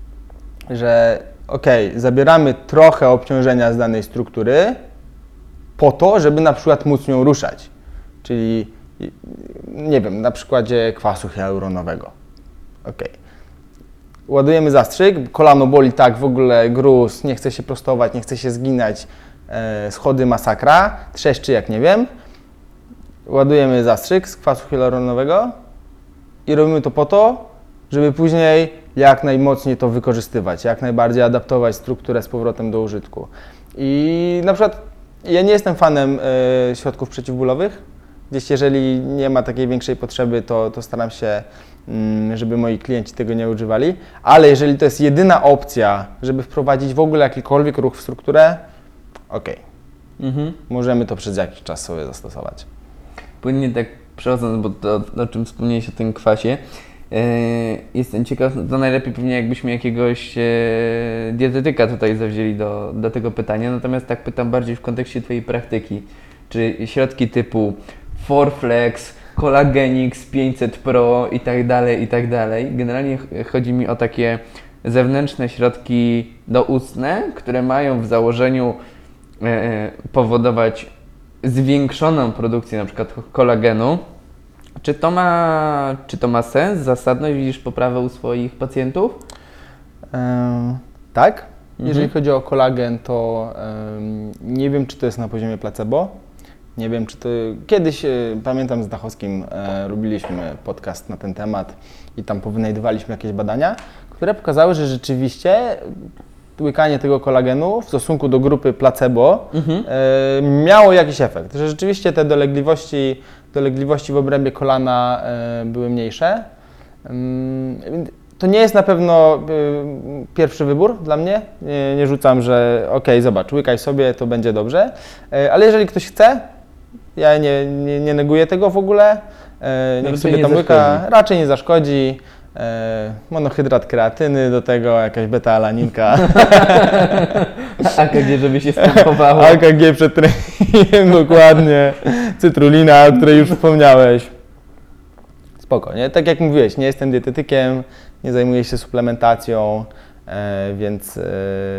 Speaker 2: że okej, okay, zabieramy trochę obciążenia z danej struktury po to, żeby na przykład móc nią ruszać. Czyli, yy, nie wiem, na przykładzie kwasu hialuronowego. Okay. Ładujemy zastrzyk, kolano boli tak, w ogóle gruz, nie chce się prostować, nie chce się zginać, e, schody masakra, trzeszczy jak nie wiem. Ładujemy zastrzyk z kwasu hialuronowego i robimy to po to, żeby później jak najmocniej to wykorzystywać, jak najbardziej adaptować strukturę z powrotem do użytku. I na przykład ja nie jestem fanem e, środków przeciwbólowych. Gdzieś jeżeli nie ma takiej większej potrzeby, to, to staram się, żeby moi klienci tego nie używali, ale jeżeli to jest jedyna opcja, żeby wprowadzić w ogóle jakikolwiek ruch w strukturę, okej, mhm. możemy to przez jakiś czas sobie zastosować.
Speaker 1: Płynnie tak przechodząc, bo to, o czym wspomniałeś o tym kwasie, yy, jestem ciekaw, to najlepiej pewnie jakbyśmy jakiegoś yy, dietetyka tutaj zawzięli do, do tego pytania, natomiast tak pytam bardziej w kontekście Twojej praktyki. Czy środki typu Forflex, Collagenix pięćset Pro i tak dalej, i tak dalej. Generalnie chodzi mi o takie zewnętrzne środki doustne, które mają w założeniu e, powodować zwiększoną produkcję na przykład kolagenu. Czy to ma, czy to ma sens, zasadność? Widzisz poprawę u swoich pacjentów?
Speaker 2: Um, tak. Mhm. Jeżeli chodzi o kolagen, to um, nie wiem, czy to jest na poziomie placebo. Nie wiem, czy to... Kiedyś, e, pamiętam z Dachowskim, e, robiliśmy podcast na ten temat i tam powynajdywaliśmy jakieś badania, które pokazały, że rzeczywiście łykanie tego kolagenu w stosunku do grupy placebo mhm. e, miało jakiś efekt. Że rzeczywiście te dolegliwości, dolegliwości w obrębie kolana e, były mniejsze. E, to nie jest na pewno e, pierwszy wybór dla mnie. Nie, nie rzucam, że okej, okay, zobacz, łykaj sobie, to będzie dobrze. E, ale jeżeli ktoś chce, ja nie, nie, nie neguję tego w ogóle. E, niech sobie tam łyka, raczej nie zaszkodzi. E, monohydrat kreatyny, do tego jakaś beta-alaninka.
Speaker 1: A K G, żeby się stępowało.
Speaker 2: A K G przed treningiem, dokładnie. Cytrulina, o której już wspomniałeś. Spoko, nie? Tak jak mówiłeś, nie jestem dietetykiem, nie zajmuję się suplementacją, e, więc e,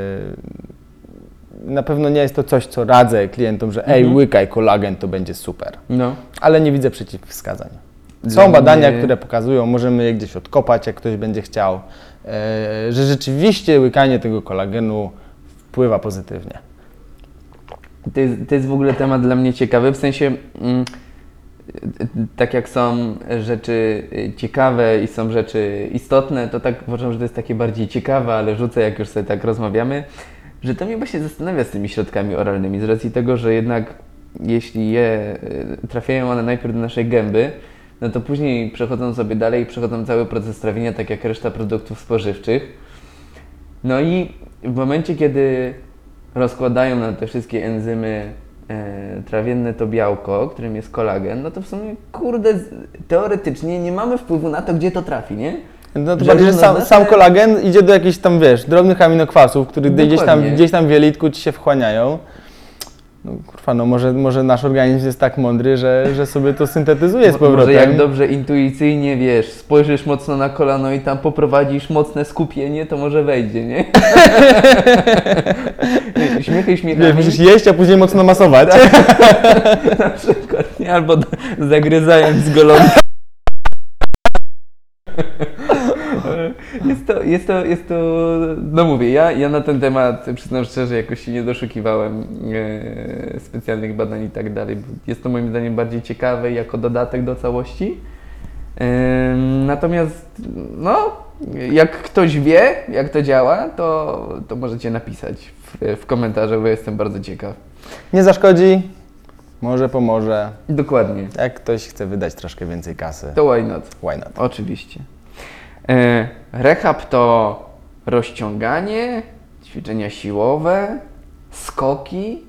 Speaker 2: na pewno nie jest to coś, co radzę klientom, że ej, łykaj kolagen, to będzie super. No. Ale nie widzę przeciwwskazań. Są badania, które pokazują, możemy je gdzieś odkopać, jak ktoś będzie chciał, e, że rzeczywiście łykanie tego kolagenu wpływa pozytywnie.
Speaker 1: To jest, to jest w ogóle temat dla mnie ciekawy, w sensie mm, tak jak są rzeczy ciekawe i są rzeczy istotne, to tak uważam, że to jest takie bardziej ciekawe, ale rzucę, jak już sobie tak rozmawiamy, że to mnie właśnie zastanawia z tymi środkami oralnymi, z racji tego, że jednak jeśli je trafiają one najpierw do naszej gęby, no to później przechodzą sobie dalej i przechodzą cały proces trawienia, tak jak reszta produktów spożywczych. No i w momencie, kiedy rozkładają na te wszystkie enzymy e, trawienne to białko, którym jest kolagen, no to w sumie, kurde, teoretycznie nie mamy wpływu na to, gdzie to trafi, nie?
Speaker 2: No to bardziej, że sam, sam kolagen idzie do jakichś tam, wiesz, drobnych aminokwasów, które gdzieś tam, gdzieś tam w jelitku ci się wchłaniają. No kurwa, no może, może nasz organizm jest tak mądry, że, że sobie to syntetyzuje z powrotem.
Speaker 1: Może jak dobrze intuicyjnie, wiesz, spojrzysz mocno na kolano i tam poprowadzisz mocne skupienie, to może wejdzie, nie? Śmiechy śmiechami.
Speaker 2: Wiesz, musisz jeść, a później mocno masować.
Speaker 1: Na przykład, nie? Albo zagryzając z golonki. Jest to, jest to, jest to, no mówię, ja, ja na ten temat, przyznam szczerze, jakoś się nie doszukiwałem e, specjalnych badań i tak dalej. Jest to moim zdaniem bardziej ciekawe jako dodatek do całości. E, natomiast, no, Jak ktoś wie, jak to działa, to, to możecie napisać w, w komentarzach, bo jestem bardzo ciekaw.
Speaker 2: Nie zaszkodzi, może pomoże.
Speaker 1: Dokładnie.
Speaker 2: Jak ktoś chce wydać troszkę więcej kasy,
Speaker 1: To why not?
Speaker 2: why not?
Speaker 1: Oczywiście. E, rehab to rozciąganie, ćwiczenia siłowe, skoki,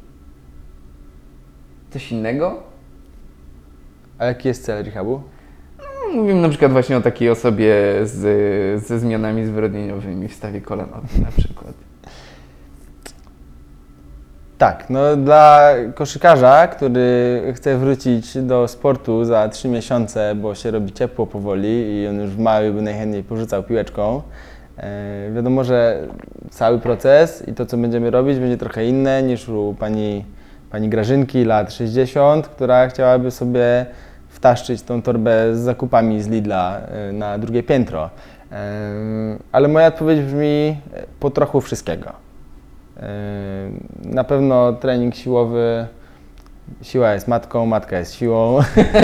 Speaker 1: coś innego.
Speaker 2: A jaki jest cel rehabu?
Speaker 1: Mówimy na przykład właśnie o takiej osobie z, ze zmianami zwyrodnieniowymi w stawie kolanowym na przykład.
Speaker 2: Tak, no dla koszykarza, który chce wrócić do sportu za trzy miesiące, bo się robi ciepło powoli i on już w maju by najchętniej porzucał piłeczką, e, wiadomo, że cały proces i to, co będziemy robić, będzie trochę inne niż u pani, pani Grażynki, lat sześćdziesiąt, która chciałaby sobie wtaszczyć tą torbę z zakupami z Lidla e, na drugie piętro. E, ale moja odpowiedź brzmi po trochu wszystkiego. Na pewno trening siłowy, siła jest matką, matka jest siłą.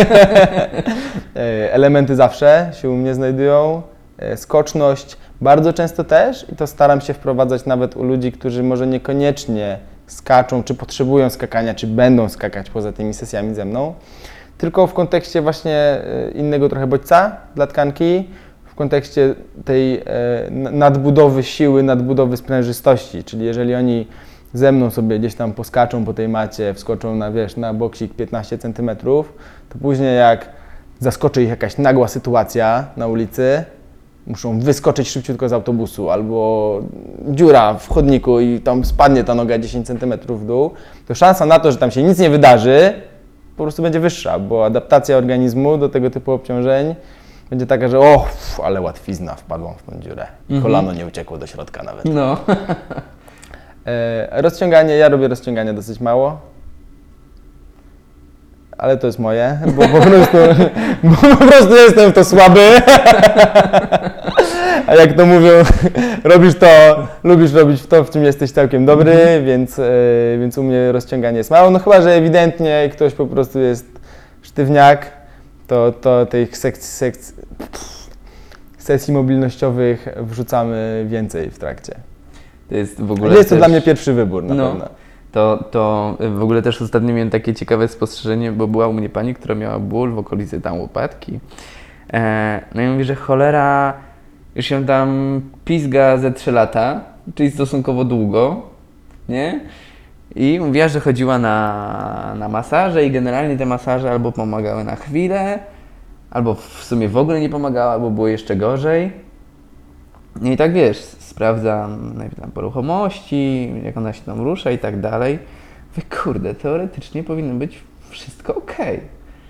Speaker 2: Elementy zawsze się u mnie znajdują. Skoczność bardzo często też i to staram się wprowadzać nawet u ludzi, którzy może niekoniecznie skaczą, czy potrzebują skakania, czy będą skakać poza tymi sesjami ze mną, tylko w kontekście właśnie innego trochę bodźca dla tkanki, w kontekście tej e, nadbudowy siły, nadbudowy sprężystości, czyli jeżeli oni ze mną sobie gdzieś tam poskaczą po tej macie, wskoczą na, wiesz, na boksik piętnaście centymetrów, to później jak zaskoczy ich jakaś nagła sytuacja na ulicy, muszą wyskoczyć szybciutko z autobusu albo dziura w chodniku i tam spadnie ta noga dziesięć centymetrów w dół, to szansa na to, że tam się nic nie wydarzy, po prostu będzie wyższa, bo adaptacja organizmu do tego typu obciążeń będzie taka, że o, pff, ale łatwizna, wpadłam w tą dziurę.
Speaker 1: Mhm.
Speaker 2: Kolano nie uciekło do środka nawet.
Speaker 1: No.
Speaker 2: E, rozciąganie, ja robię rozciąganie dosyć mało, ale to jest moje, bo po prostu, bo po prostu jestem w to słaby. A jak to mówią, robisz to, lubisz robić w to, w czym jesteś całkiem dobry, mhm. więc, e, więc u mnie rozciąganie jest mało. No chyba, że ewidentnie ktoś po prostu jest sztywniak, to, to tych sekcji, sekcji, sesji mobilnościowych wrzucamy więcej w trakcie.
Speaker 1: To jest w ogóle
Speaker 2: Nie jest to
Speaker 1: też...
Speaker 2: dla mnie pierwszy wybór, na
Speaker 1: no,
Speaker 2: pewno.
Speaker 1: To, to w ogóle też ostatnio miałem takie ciekawe spostrzeżenie, bo była u mnie pani, która miała ból w okolicy tam łopatki. E, no i mówi, że cholera już się tam pizga ze trzy lata, czyli stosunkowo długo, nie? I mówiła, że chodziła na, na masaże i generalnie te masaże albo pomagały na chwilę, albo w sumie w ogóle nie pomagały, albo było jeszcze gorzej. No i tak wiesz, sprawdzam najpierw tam po ruchomości, jak ona się tam rusza i tak dalej. Mówię, kurde, teoretycznie powinno być wszystko okej.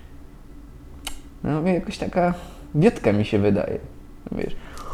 Speaker 1: No mówię, jakoś taka wiotka mi się wydaje. Wiesz,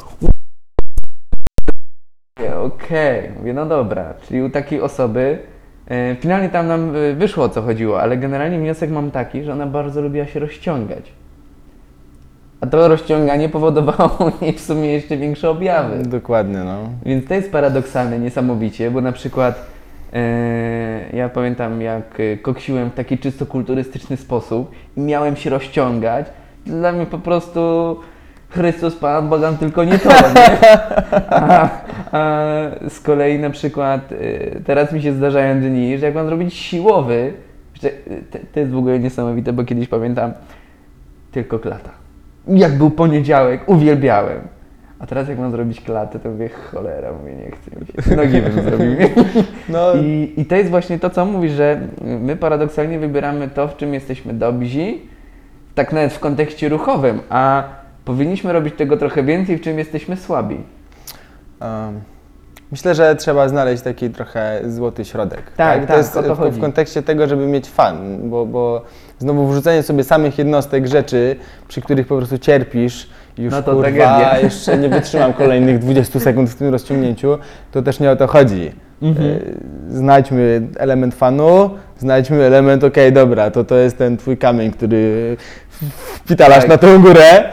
Speaker 1: okej, okay. Mówię, no dobra, czyli u takiej osoby e, finalnie tam nam e, wyszło, o co chodziło, ale generalnie wniosek mam taki, że ona bardzo lubiła się rozciągać. A to rozciąganie powodowało u niej w sumie jeszcze większe objawy.
Speaker 2: Dokładnie, no.
Speaker 1: Więc to jest paradoksalne niesamowicie, bo na przykład e, ja pamiętam, jak koksiłem w taki czysto kulturystyczny sposób i miałem się rozciągać, dla mnie po prostu Chrystus Pan, błagam, tylko nie to, nie? A, a z kolei na przykład y, teraz mi się zdarzają dni, że jak mam zrobić siłowy, że, to, to jest w ogóle niesamowite, bo kiedyś pamiętam tylko klata. Jak był poniedziałek, uwielbiałem. A teraz jak mam zrobić klatę, to mówię, cholera, mówię, nie chcę mi się. Nogi bym zrobił. No. I, I to jest właśnie to, co mówisz, że my paradoksalnie wybieramy to, w czym jesteśmy dobrzy, tak nawet w kontekście ruchowym, a powinniśmy robić tego trochę więcej, w czym jesteśmy słabi.
Speaker 2: Um, myślę, że trzeba znaleźć taki trochę złoty środek.
Speaker 1: Tak,
Speaker 2: tak,
Speaker 1: tak,
Speaker 2: to jest
Speaker 1: o to
Speaker 2: w,
Speaker 1: chodzi.
Speaker 2: w kontekście tego, żeby mieć fan, bo, bo znowu wrzucenie sobie samych jednostek rzeczy, przy których po prostu cierpisz, już
Speaker 1: no to
Speaker 2: kurwa,
Speaker 1: tragedia.
Speaker 2: jeszcze nie wytrzymam kolejnych dwudziestu sekund w tym rozciągnięciu, to też nie o to chodzi. Mhm. Znajdźmy element fanu, znajdźmy element, okej, okay, dobra, to to jest ten twój kamień, który wpitalasz tak na tę górę.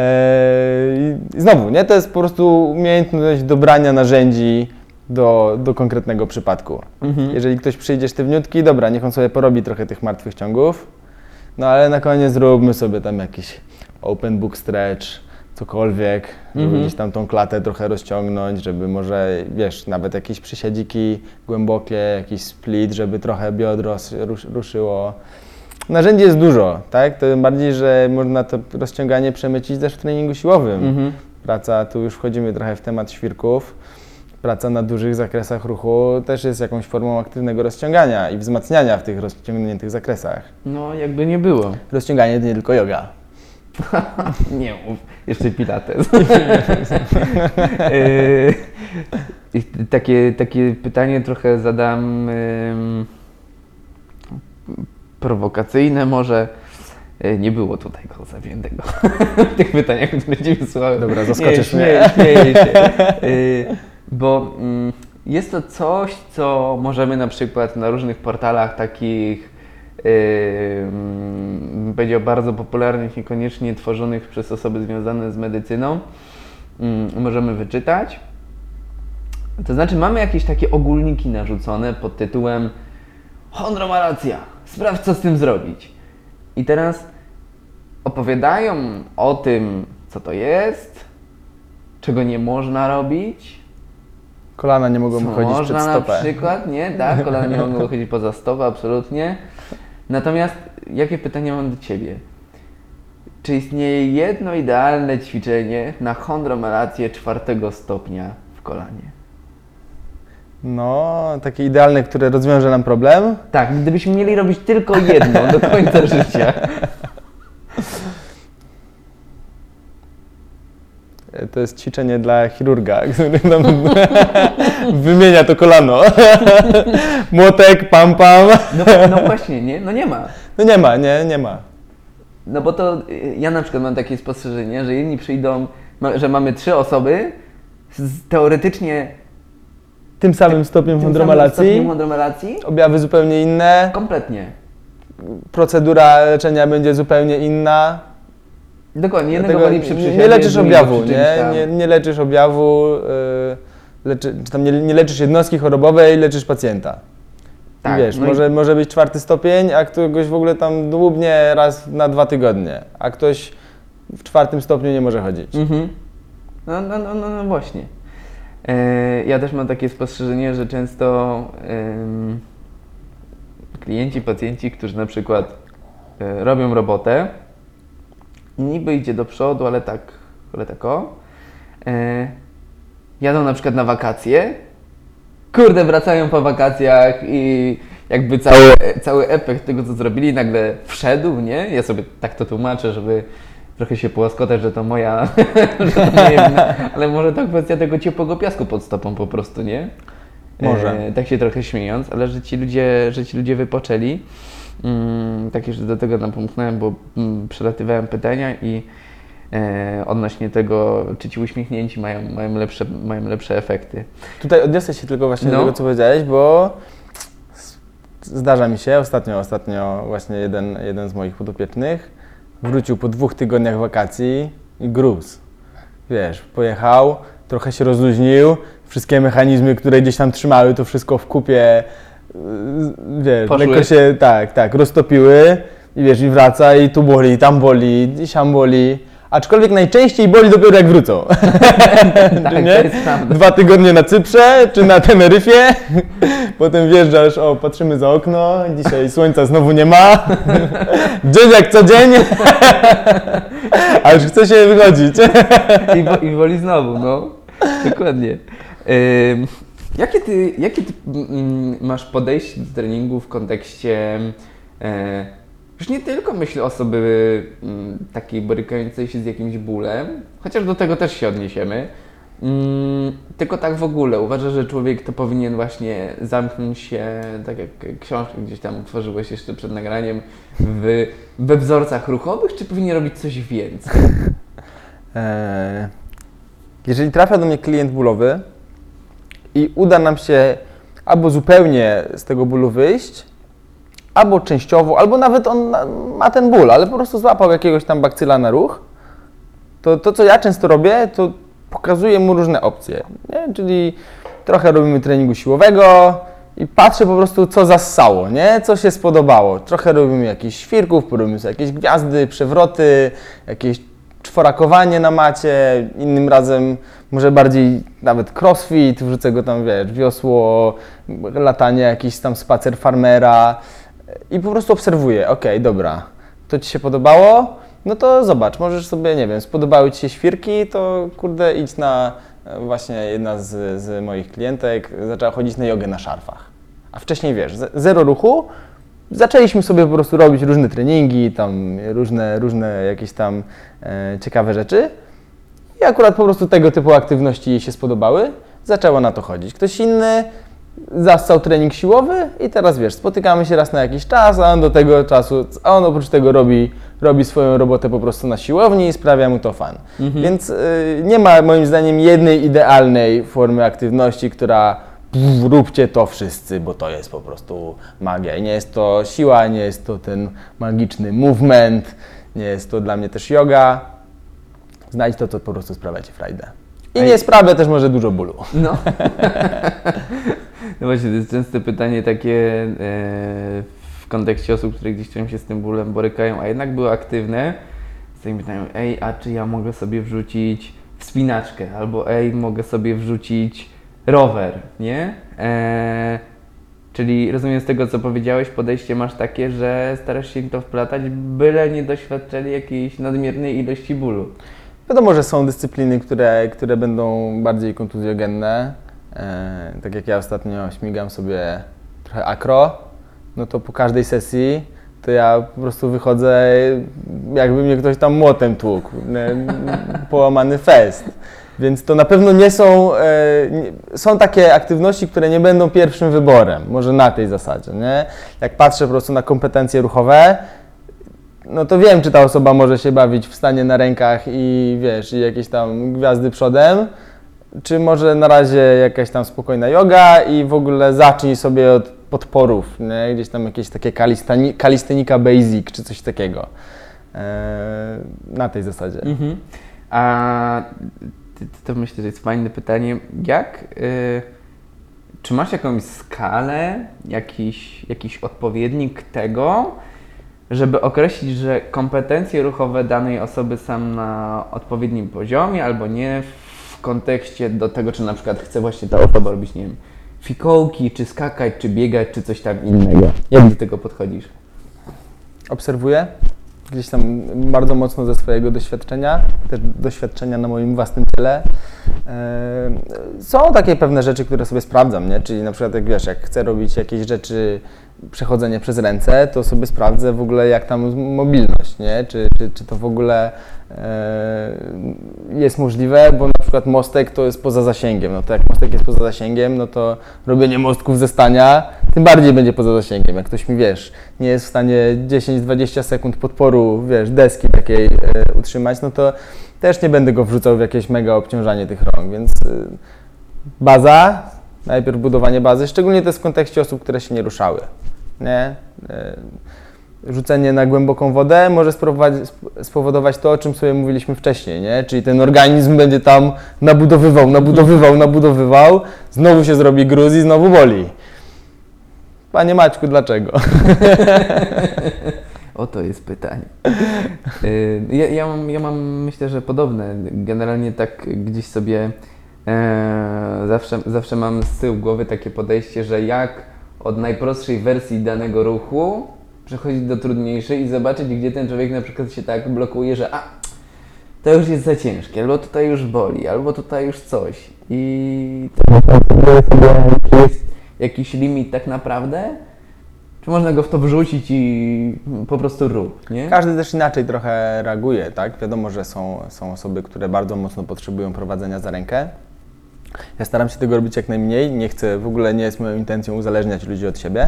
Speaker 2: I znowu, nie? To jest po prostu umiejętność dobrania narzędzi do, do konkretnego przypadku. Mhm. Jeżeli ktoś przyjdzie sztywniutki, dobra, niech on sobie porobi trochę tych martwych ciągów, no ale na koniec zróbmy sobie tam jakiś open book stretch, cokolwiek, żeby
Speaker 1: Mhm.
Speaker 2: gdzieś tam tą klatę trochę rozciągnąć, żeby może, wiesz, nawet jakieś przysiedziki głębokie, jakiś split, żeby trochę biodro s- rusz, ruszyło. Narzędzi jest dużo, tak? Tym bardziej, że można to rozciąganie przemycić też w treningu siłowym.
Speaker 1: Mhm.
Speaker 2: Praca, tu już wchodzimy trochę w temat świrków. Praca na dużych zakresach ruchu też jest jakąś formą aktywnego rozciągania i wzmacniania w tych rozciągniętych zakresach.
Speaker 1: No, jakby nie było.
Speaker 2: Rozciąganie to nie tylko yoga.
Speaker 1: Nie mów, jeszcze pilates. Yy, i takie, takie pytanie trochę zadam ym, prowokacyjne może. Yy, Nie było tutaj go zawziętego w tych pytaniach, które Cię wysłałem.
Speaker 2: Dobra, zaskoczysz
Speaker 1: Nie,
Speaker 2: mnie.
Speaker 1: śmieję, śmieję się. Yy, bo mm, jest to coś, co możemy na przykład na różnych portalach takich Yy, bym powiedział bardzo popularnych, niekoniecznie tworzonych przez osoby związane z medycyną, yy, możemy wyczytać. To znaczy mamy jakieś takie ogólniki narzucone pod tytułem Chondro ma racja, sprawdź co z tym zrobić. I teraz opowiadają o tym, co to jest, czego nie można robić.
Speaker 2: Kolana nie mogą
Speaker 1: Co
Speaker 2: wychodzić
Speaker 1: można
Speaker 2: przed stopę.
Speaker 1: na przykład, nie? Tak, kolana nie mogą wychodzić poza stopę, absolutnie. Natomiast jakie pytanie mam do Ciebie? Czy istnieje jedno idealne ćwiczenie na chondromalację czwartego stopnia w kolanie?
Speaker 2: No, takie idealne, które rozwiąże nam problem.
Speaker 1: Tak, gdybyśmy mieli robić tylko jedno do końca życia.
Speaker 2: To jest ćwiczenie dla chirurga, który nam wymienia to kolano. Młotek, pam, pam.
Speaker 1: No, no właśnie, nie? No nie ma.
Speaker 2: No nie ma, nie, nie ma.
Speaker 1: No bo to y, ja na przykład mam takie spostrzeżenie, że jedni przyjdą, ma, że mamy trzy osoby z teoretycznie
Speaker 2: Tym samym stopniem
Speaker 1: tym
Speaker 2: chondromalacji,
Speaker 1: samym stopniem chondromalacji.
Speaker 2: objawy zupełnie inne,
Speaker 1: Kompletnie.
Speaker 2: procedura leczenia będzie zupełnie inna.
Speaker 1: Dokładnie, jednego
Speaker 2: Dlatego
Speaker 1: woli przy
Speaker 2: nie,
Speaker 1: przysiadzie,
Speaker 2: nie leczysz
Speaker 1: drugiego
Speaker 2: objawu,
Speaker 1: przy czymś
Speaker 2: nie?
Speaker 1: tam.
Speaker 2: Nie, nie leczysz objawu, yy, leczy, czy tam nie, nie leczysz jednostki chorobowej, leczysz pacjenta.
Speaker 1: Tak,
Speaker 2: I wiesz,
Speaker 1: no i-
Speaker 2: może, może być czwarty stopień, a ktoś w ogóle tam dłubnie raz na dwa tygodnie, a ktoś w czwartym stopniu nie może chodzić.
Speaker 1: Mhm. No, no, no, no, no właśnie. E, ja też mam takie spostrzeżenie, że często em, klienci, pacjenci, którzy na przykład e, robią robotę, niby idzie do przodu, ale tak, ale tak o, e, jadą na przykład na wakacje, kurde, wracają po wakacjach i jakby cały, cały efekt tego, co zrobili, nagle wszedł, nie? Ja sobie tak to tłumaczę, żeby trochę się płaskotać, że to moja, że to moje wina, ale może to kwestia tego ciepłego piasku pod stopą po prostu, nie?
Speaker 2: Może.
Speaker 1: E, tak się trochę śmiejąc, ale że ci ludzie, że ci ludzie wypoczęli. Mm, tak jeszcze do tego napomknąłem, bo mm, przelatywałem pytania i e, odnośnie tego, czy ci uśmiechnięci mają, mają, lepsze, mają lepsze efekty.
Speaker 2: Tutaj odniosę się tylko właśnie
Speaker 1: No.
Speaker 2: do tego, co powiedziałeś, bo zdarza mi się, ostatnio, ostatnio właśnie jeden, jeden z moich podopiecznych wrócił po dwóch tygodniach wakacji i gruz. Wiesz, pojechał, trochę się rozluźnił, wszystkie mechanizmy, które gdzieś tam trzymały, to wszystko w kupie, yy, wiesz,
Speaker 1: Poszły.
Speaker 2: lekko się, tak, tak, roztopiły i wiesz, i wraca i tu boli, i tam boli, i siam boli. Aczkolwiek najczęściej boli dopiero jak wrócą.
Speaker 1: Tak,
Speaker 2: nie?
Speaker 1: to jest prawda.
Speaker 2: Dwa tygodnie na Cyprze czy na Teneryfie, potem wjeżdżasz, o patrzymy za okno, dzisiaj słońca znowu nie ma, dzień jak co dzień, a już chce się wychodzić.
Speaker 1: I, wo, I woli znowu, no. Dokładnie. Ym, jakie ty, jakie ty mm, masz podejście do treningu w kontekście e, już nie tylko myślę osoby mm, takiej borykającej się z jakimś bólem, chociaż do tego też się odniesiemy, mm, tylko tak w ogóle. Uważasz, że człowiek to powinien właśnie zamknąć się, tak jak książkę gdzieś tam utworzyłeś jeszcze przed nagraniem, w, we wzorcach ruchowych, czy powinien robić coś więcej?
Speaker 2: Eee, Jeżeli trafia do mnie klient bólowy i uda nam się albo zupełnie z tego bólu wyjść, albo częściowo, albo nawet on na- ma ten ból, ale po prostu złapał jakiegoś tam bakcyla na ruch, to to, co ja często robię, to pokazuję mu różne opcje, nie? Czyli trochę robimy treningu siłowego i patrzę po prostu, co zassało, nie? Co się spodobało. Trochę robimy jakichś świrków, porobimy sobie jakieś gwiazdy, przewroty, jakieś czworakowanie na macie, innym razem może bardziej nawet crossfit, wrzucę go tam, wiesz, wiosło, latanie, jakiś tam spacer farmera i po prostu obserwuję, okej, dobra, to Ci się podobało? No to zobacz, możesz sobie, nie wiem, spodobały Ci się świrki, to kurde idź na, właśnie jedna z, z moich klientek zaczęła chodzić na jogę na szarfach. A wcześniej, wiesz, zero ruchu, zaczęliśmy sobie po prostu robić różne treningi, tam różne, różne jakieś tam e, ciekawe rzeczy i akurat po prostu tego typu aktywności jej się spodobały, zaczęła na to chodzić. Ktoś inny zassał trening siłowy i teraz wiesz, spotykamy się raz na jakiś czas, a on do tego czasu, a on oprócz tego robi, robi swoją robotę po prostu na siłowni i sprawia mu to fan. Mhm. Więc y, nie ma moim zdaniem jednej idealnej formy aktywności, która pff, róbcie to wszyscy, bo to jest po prostu magia. I nie jest to siła, nie jest to ten magiczny movement, nie jest to dla mnie też yoga. Znajdź to, co po prostu sprawia Ci frajdę. I nie sprawia też może dużo bólu.
Speaker 1: No. No właśnie, to jest częste pytanie takie e, w kontekście osób, które gdzieś tam się z tym bólem borykają, a jednak były aktywne. Sobie pytają, ej, a czy ja mogę sobie wrzucić wspinaczkę? Albo ej, mogę sobie wrzucić rower, nie? E, czyli rozumiem z tego, co powiedziałeś, podejście masz takie, że starasz się im to wplatać, byle nie doświadczali jakiejś nadmiernej ilości bólu.
Speaker 2: Wiadomo, że są dyscypliny, które, które będą bardziej kontuzjogenne. E, tak jak ja ostatnio śmigam sobie trochę akro, no to po każdej sesji to ja po prostu wychodzę, jakby mnie ktoś tam młotem tłukł, e, połamany fest. Więc to na pewno nie są, e, nie, są takie aktywności, które nie będą pierwszym wyborem, może na tej zasadzie, nie? Jak patrzę po prostu na kompetencje ruchowe, no to wiem, czy ta osoba może się bawić w stanie na rękach i wiesz, i jakieś tam gwiazdy przodem, czy może na razie jakaś tam spokojna yoga i w ogóle zacznij sobie od podporów, nie? Gdzieś tam jakieś takie kalistenika basic, czy coś takiego. Eee, na tej zasadzie. Mhm.
Speaker 1: A to myślę, że jest fajne pytanie. Jak, yy, czy masz jakąś skalę, jakiś, jakiś odpowiednik tego, żeby określić, że kompetencje ruchowe danej osoby są na odpowiednim poziomie albo nie w kontekście do tego, czy na przykład chce właśnie ta osoba robić, nie wiem, fikołki, czy skakać, czy biegać, czy coś tam innego. Jak do tego podchodzisz?
Speaker 2: Obserwuję gdzieś tam bardzo mocno ze swojego doświadczenia, też doświadczenia na moim własnym ciele. Są takie pewne rzeczy, które sobie sprawdzam, nie? Czyli na przykład jak wiesz, jak chcę robić jakieś rzeczy, przechodzenie przez ręce, to sobie sprawdzę w ogóle jak tam mobilność, nie? Czy, czy, czy to w ogóle e, jest możliwe, bo na przykład mostek to jest poza zasięgiem, no to jak mostek jest poza zasięgiem, no to robienie mostków ze stania tym bardziej będzie poza zasięgiem. Jak ktoś mi, wiesz, nie jest w stanie dziesięć dwadzieścia sekund podporu, wiesz, deski takiej e, utrzymać, no to też nie będę go wrzucał w jakieś mega obciążanie tych rąk, więc e, baza, najpierw budowanie bazy, szczególnie to jest w kontekście osób, które się nie ruszały. Nie? Rzucenie na głęboką wodę może spowodować to, o czym sobie mówiliśmy wcześniej, nie? Czyli ten organizm będzie tam nabudowywał, nabudowywał, nabudowywał, znowu się zrobi gruz i znowu boli. Panie Maćku, dlaczego?
Speaker 1: Oto jest pytanie. Ja, ja, mam, ja mam, myślę, że podobne. Generalnie tak gdzieś sobie e, zawsze, zawsze mam z tyłu głowy takie podejście, że jak od najprostszej wersji danego ruchu przechodzić do trudniejszej i zobaczyć, gdzie ten człowiek na przykład się tak blokuje, że a, to już jest za ciężkie, albo tutaj już boli, albo tutaj już coś. I to jest jakiś limit tak naprawdę? Czy można go w to wrzucić i po prostu rób, nie?
Speaker 2: Każdy też inaczej trochę reaguje, tak? Wiadomo, że są, są osoby, które bardzo mocno potrzebują prowadzenia za rękę. Ja staram się tego robić jak najmniej, nie chcę, w ogóle nie jest moją intencją uzależniać ludzi od siebie.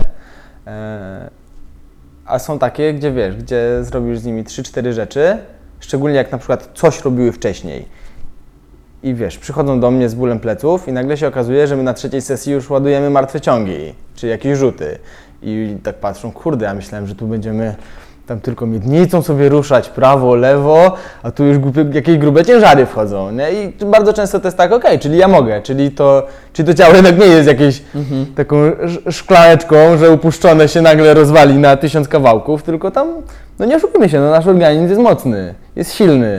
Speaker 2: A są takie, gdzie wiesz, gdzie zrobisz z nimi trzy cztery rzeczy, szczególnie jak na przykład coś robiły wcześniej. I wiesz, przychodzą do mnie z bólem pleców i nagle się okazuje, że my na trzeciej sesji już ładujemy martwe ciągi, czy jakieś rzuty. I tak patrzą, kurde, ja myślałem, że tu będziemy tam tylko miednicą sobie ruszać, prawo, lewo, a tu już jakieś grube ciężary wchodzą, nie? I bardzo często to jest tak, okej, okay, czyli ja mogę, czyli to, czyli to ciało jednak nie jest jakieś mhm. taką szklaneczką, że upuszczone się nagle rozwali na tysiąc kawałków, tylko tam, no nie oszukujmy się, no nasz organizm jest mocny, jest silny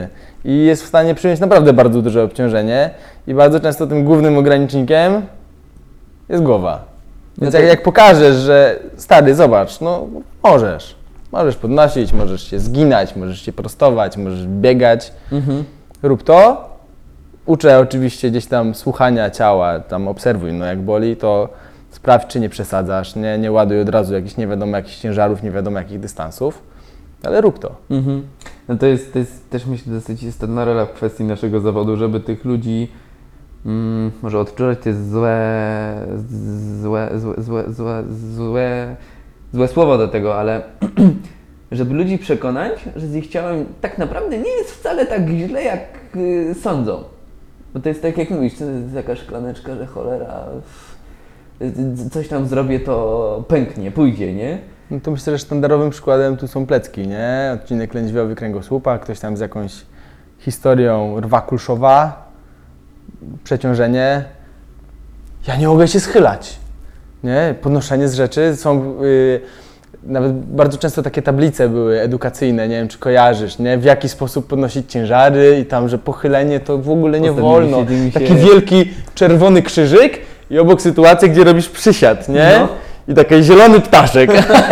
Speaker 2: i jest w stanie przyjąć naprawdę bardzo duże obciążenie i bardzo często tym głównym ogranicznikiem jest głowa. Więc
Speaker 1: No to-
Speaker 2: jak, jak pokażesz, że stary, zobacz, no możesz, możesz podnosić, możesz się zginać, możesz się prostować, możesz biegać,
Speaker 1: Mhm.
Speaker 2: rób to. Uczę oczywiście gdzieś tam słuchania ciała, tam obserwuj, no jak boli, to sprawdź, czy nie przesadzasz, nie, nie ładuj od razu jakichś nie wiadomo jakich ciężarów, nie wiadomo jakich dystansów, ale rób to.
Speaker 1: Mhm. No to jest, to jest też myślę dosyć istotna rola w kwestii naszego zawodu, żeby tych ludzi mm, może odczuwać to jest złe, złe, złe, złe, złe, złe, złe słowo do tego, ale żeby ludzi przekonać, że z ich ciałem tak naprawdę nie jest wcale tak źle, jak y, sądzą. Bo to jest tak jak mówisz, to jest taka szklaneczka, że cholera, y, coś tam zrobię, to pęknie, pójdzie, nie?
Speaker 2: No to myślę, że sztandarowym przykładem tu są plecki, nie? Odcinek lędźwiowy kręgosłupa, ktoś tam z jakąś historią rwa kulszowa, przeciążenie. Ja nie mogę się schylać, nie? Podnoszenie z rzeczy. Są yy, nawet bardzo często takie tablice były edukacyjne, nie wiem czy kojarzysz, nie? W jaki sposób podnosić ciężary i tam, że pochylenie to w ogóle nie
Speaker 1: Ostatnio
Speaker 2: wolno.
Speaker 1: mi się- mi się-
Speaker 2: Taki wielki czerwony krzyżyk i obok sytuacja, gdzie robisz przysiad, nie?
Speaker 1: No.
Speaker 2: I taki zielony ptaszek.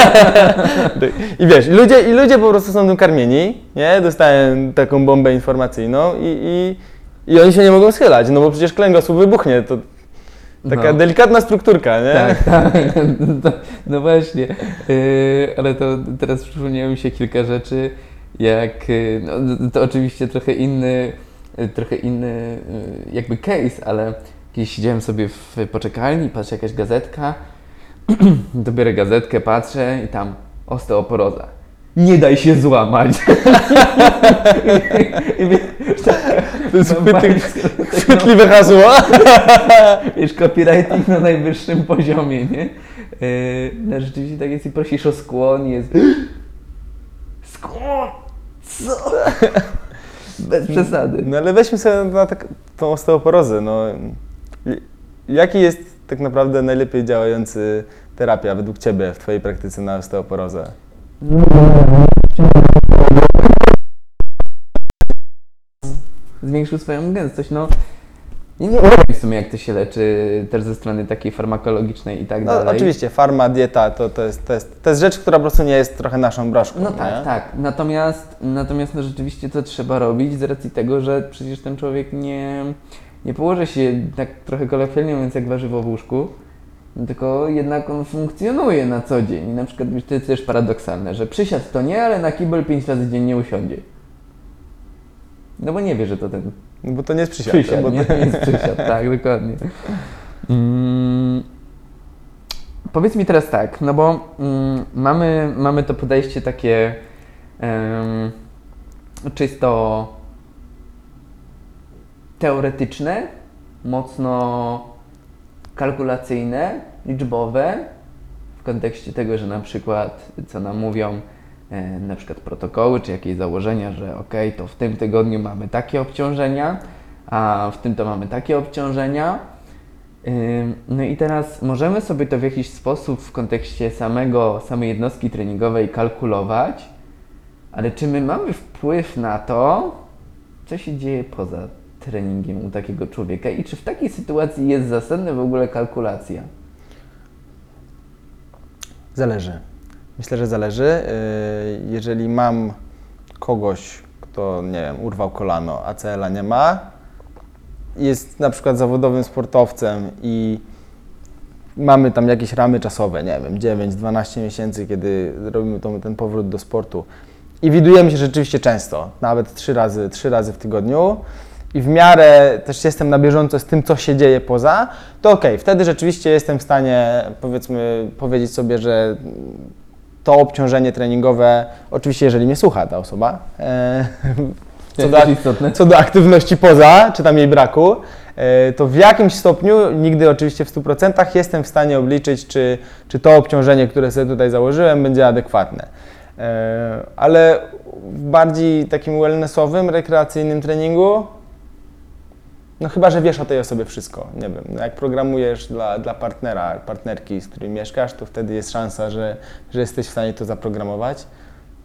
Speaker 2: I wiesz, i ludzie, i ludzie po prostu są tym karmieni, nie? Dostałem taką bombę informacyjną i, i, i oni się nie mogą schylać, no bo przecież kręgosłup wybuchnie, to taka
Speaker 1: No.
Speaker 2: delikatna strukturka, nie?
Speaker 1: Tak, tak. No, no właśnie. Yy, ale to teraz przypomniało mi się kilka rzeczy, jak yy, no, to oczywiście trochę inny, yy, trochę inny yy, jakby case, ale kiedyś siedziałem sobie w poczekalni, patrzę jakaś gazetka, dobiorę gazetkę, patrzę i tam osteoporoza. Nie daj się złamać. I, i, wiesz,
Speaker 2: To jest
Speaker 1: no,
Speaker 2: chwytliwe,
Speaker 1: bardzo-
Speaker 2: chwytliwe hasło.
Speaker 1: Wiesz, copywriting na najwyższym poziomie, nie? Yy, no rzeczywiście tak jest i prosisz o skłon, jest... Skłon! Co? Bez przesady.
Speaker 2: No ale weźmy sobie na tak, tą osteoporozę, no. Jaki jest tak naprawdę najlepiej działający terapia według Ciebie w Twojej praktyce na osteoporozę?
Speaker 1: Zwiększył swoją gęstość, no. Nie, nie wiem w sumie jak to się leczy też ze strony takiej farmakologicznej i tak
Speaker 2: No
Speaker 1: dalej.
Speaker 2: oczywiście, farma, dieta to, to, jest, to, jest, to jest rzecz, która po prostu nie jest trochę naszą broszką,
Speaker 1: No
Speaker 2: nie?
Speaker 1: tak, tak. Natomiast, natomiast no rzeczywiście to trzeba robić z racji tego, że przecież ten człowiek nie, nie położy się tak trochę kolokwialnie mówiąc jak warzywo w łóżku, tylko jednak on funkcjonuje na co dzień. I na przykład to jest też paradoksalne, że przysiad to nie, ale na kibel pięć razy dziennie usiądzie. No bo nie wie, że to ten
Speaker 2: No bo to nie jest przysiad.
Speaker 1: przysiad,
Speaker 2: bo
Speaker 1: nie? To jest przysiad, tak, dokładnie. Mm, powiedz mi teraz tak, no bo mm, mamy, mamy to podejście takie em, czysto teoretyczne, mocno kalkulacyjne, liczbowe, w kontekście tego, że na przykład, co nam mówią, e, na przykład protokoły, czy jakieś założenia, że ok, to w tym tygodniu mamy takie obciążenia, a w tym to mamy takie obciążenia. Ym, No i teraz możemy sobie to w jakiś sposób w kontekście samego, samej jednostki treningowej kalkulować, ale czy my mamy wpływ na to, co się dzieje poza treningiem u takiego człowieka i czy w takiej sytuacji jest zasadna w ogóle kalkulacja?
Speaker 2: Zależy. Myślę, że zależy. Yy, Jeżeli mam kogoś, kto, nie wiem, urwał kolano, A C L a nie ma, jest na przykład zawodowym sportowcem i mamy tam jakieś ramy czasowe, nie wiem, dziewięć dwanaście miesięcy, kiedy robimy to, ten powrót do sportu i widujemy się rzeczywiście często, nawet trzy razy, trzy razy w tygodniu i w miarę też jestem na bieżąco z tym, co się dzieje poza, to okej, wtedy rzeczywiście jestem w stanie, powiedzmy, powiedzieć sobie, że to obciążenie treningowe, oczywiście jeżeli mnie słucha ta osoba, e, co, do,
Speaker 1: jest istotne.
Speaker 2: co do aktywności poza, czy tam jej braku, e, to w jakimś stopniu, nigdy oczywiście w stu procentach, jestem w stanie obliczyć, czy, czy to obciążenie, które sobie tutaj założyłem, będzie adekwatne. E, ale w bardziej takim wellnessowym, rekreacyjnym treningu, no chyba, że wiesz o tej osobie wszystko, nie wiem, no jak programujesz dla, dla partnera, partnerki, z którym mieszkasz, to wtedy jest szansa, że, że jesteś w stanie to zaprogramować.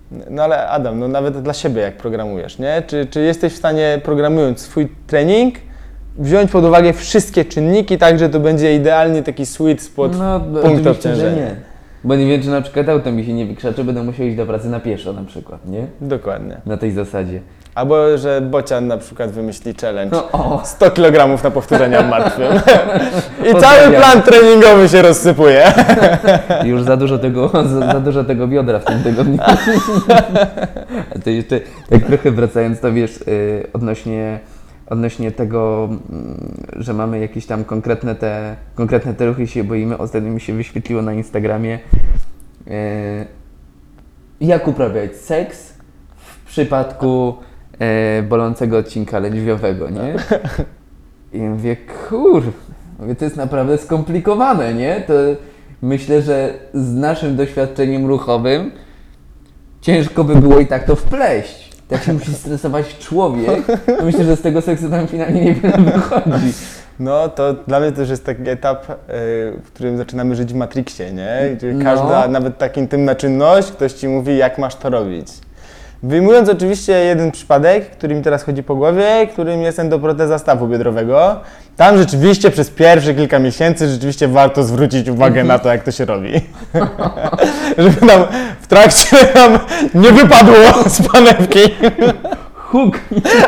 Speaker 2: No ale Adam, no nawet dla siebie jak programujesz, nie? Czy, czy jesteś w stanie, programując swój trening, wziąć pod uwagę wszystkie czynniki, tak, że to będzie idealnie taki sweet spot
Speaker 1: No,
Speaker 2: punktu
Speaker 1: oczywiście, że
Speaker 2: obciążenia?
Speaker 1: nie. Bo nie wiem, czy na przykład auto mi się nie wykrzaczy, będę musiał iść do pracy na pieszo na przykład, nie?
Speaker 2: Dokładnie.
Speaker 1: Na tej zasadzie.
Speaker 2: Albo, że Bocian na przykład wymyśli challenge
Speaker 1: No, o.
Speaker 2: sto kilogramów na powtórzenia martwym. I cały
Speaker 1: Pozdrawiam.
Speaker 2: plan treningowy się rozsypuje.
Speaker 1: Już za dużo tego, za, za dużo tego biodra w tym tygodniu. A to jeszcze, tak trochę wracając, to wiesz, yy, odnośnie, odnośnie tego, yy, że mamy jakieś tam konkretne te, konkretne te ruchy się boimy. Ostatnio mi się wyświetliło na Instagramie, yy, jak uprawiać seks w przypadku yy, bolącego odcinka lędźwiowego, nie? I mówię, kur, mówię, to jest naprawdę skomplikowane, nie? To myślę, że z naszym doświadczeniem ruchowym ciężko by było i tak to wpleść. Tak się musi stresować człowiek, to myślę, że z tego seksu tam finalnie niewiele wychodzi.
Speaker 2: No to dla mnie to już jest taki etap, yy, w którym zaczynamy żyć w Matrixie, nie? Gdzie
Speaker 1: No.
Speaker 2: każda, nawet tak intymna czynność, ktoś ci mówi, jak masz to robić. Wyjmując oczywiście jeden przypadek, który mi teraz chodzi po głowie, którym jest endoproteza stawu biodrowego. Tam rzeczywiście przez pierwsze kilka miesięcy rzeczywiście warto zwrócić uwagę na to, jak to się robi. Żeby nam w trakcie nam nie wypadło z panewki.
Speaker 1: Huk!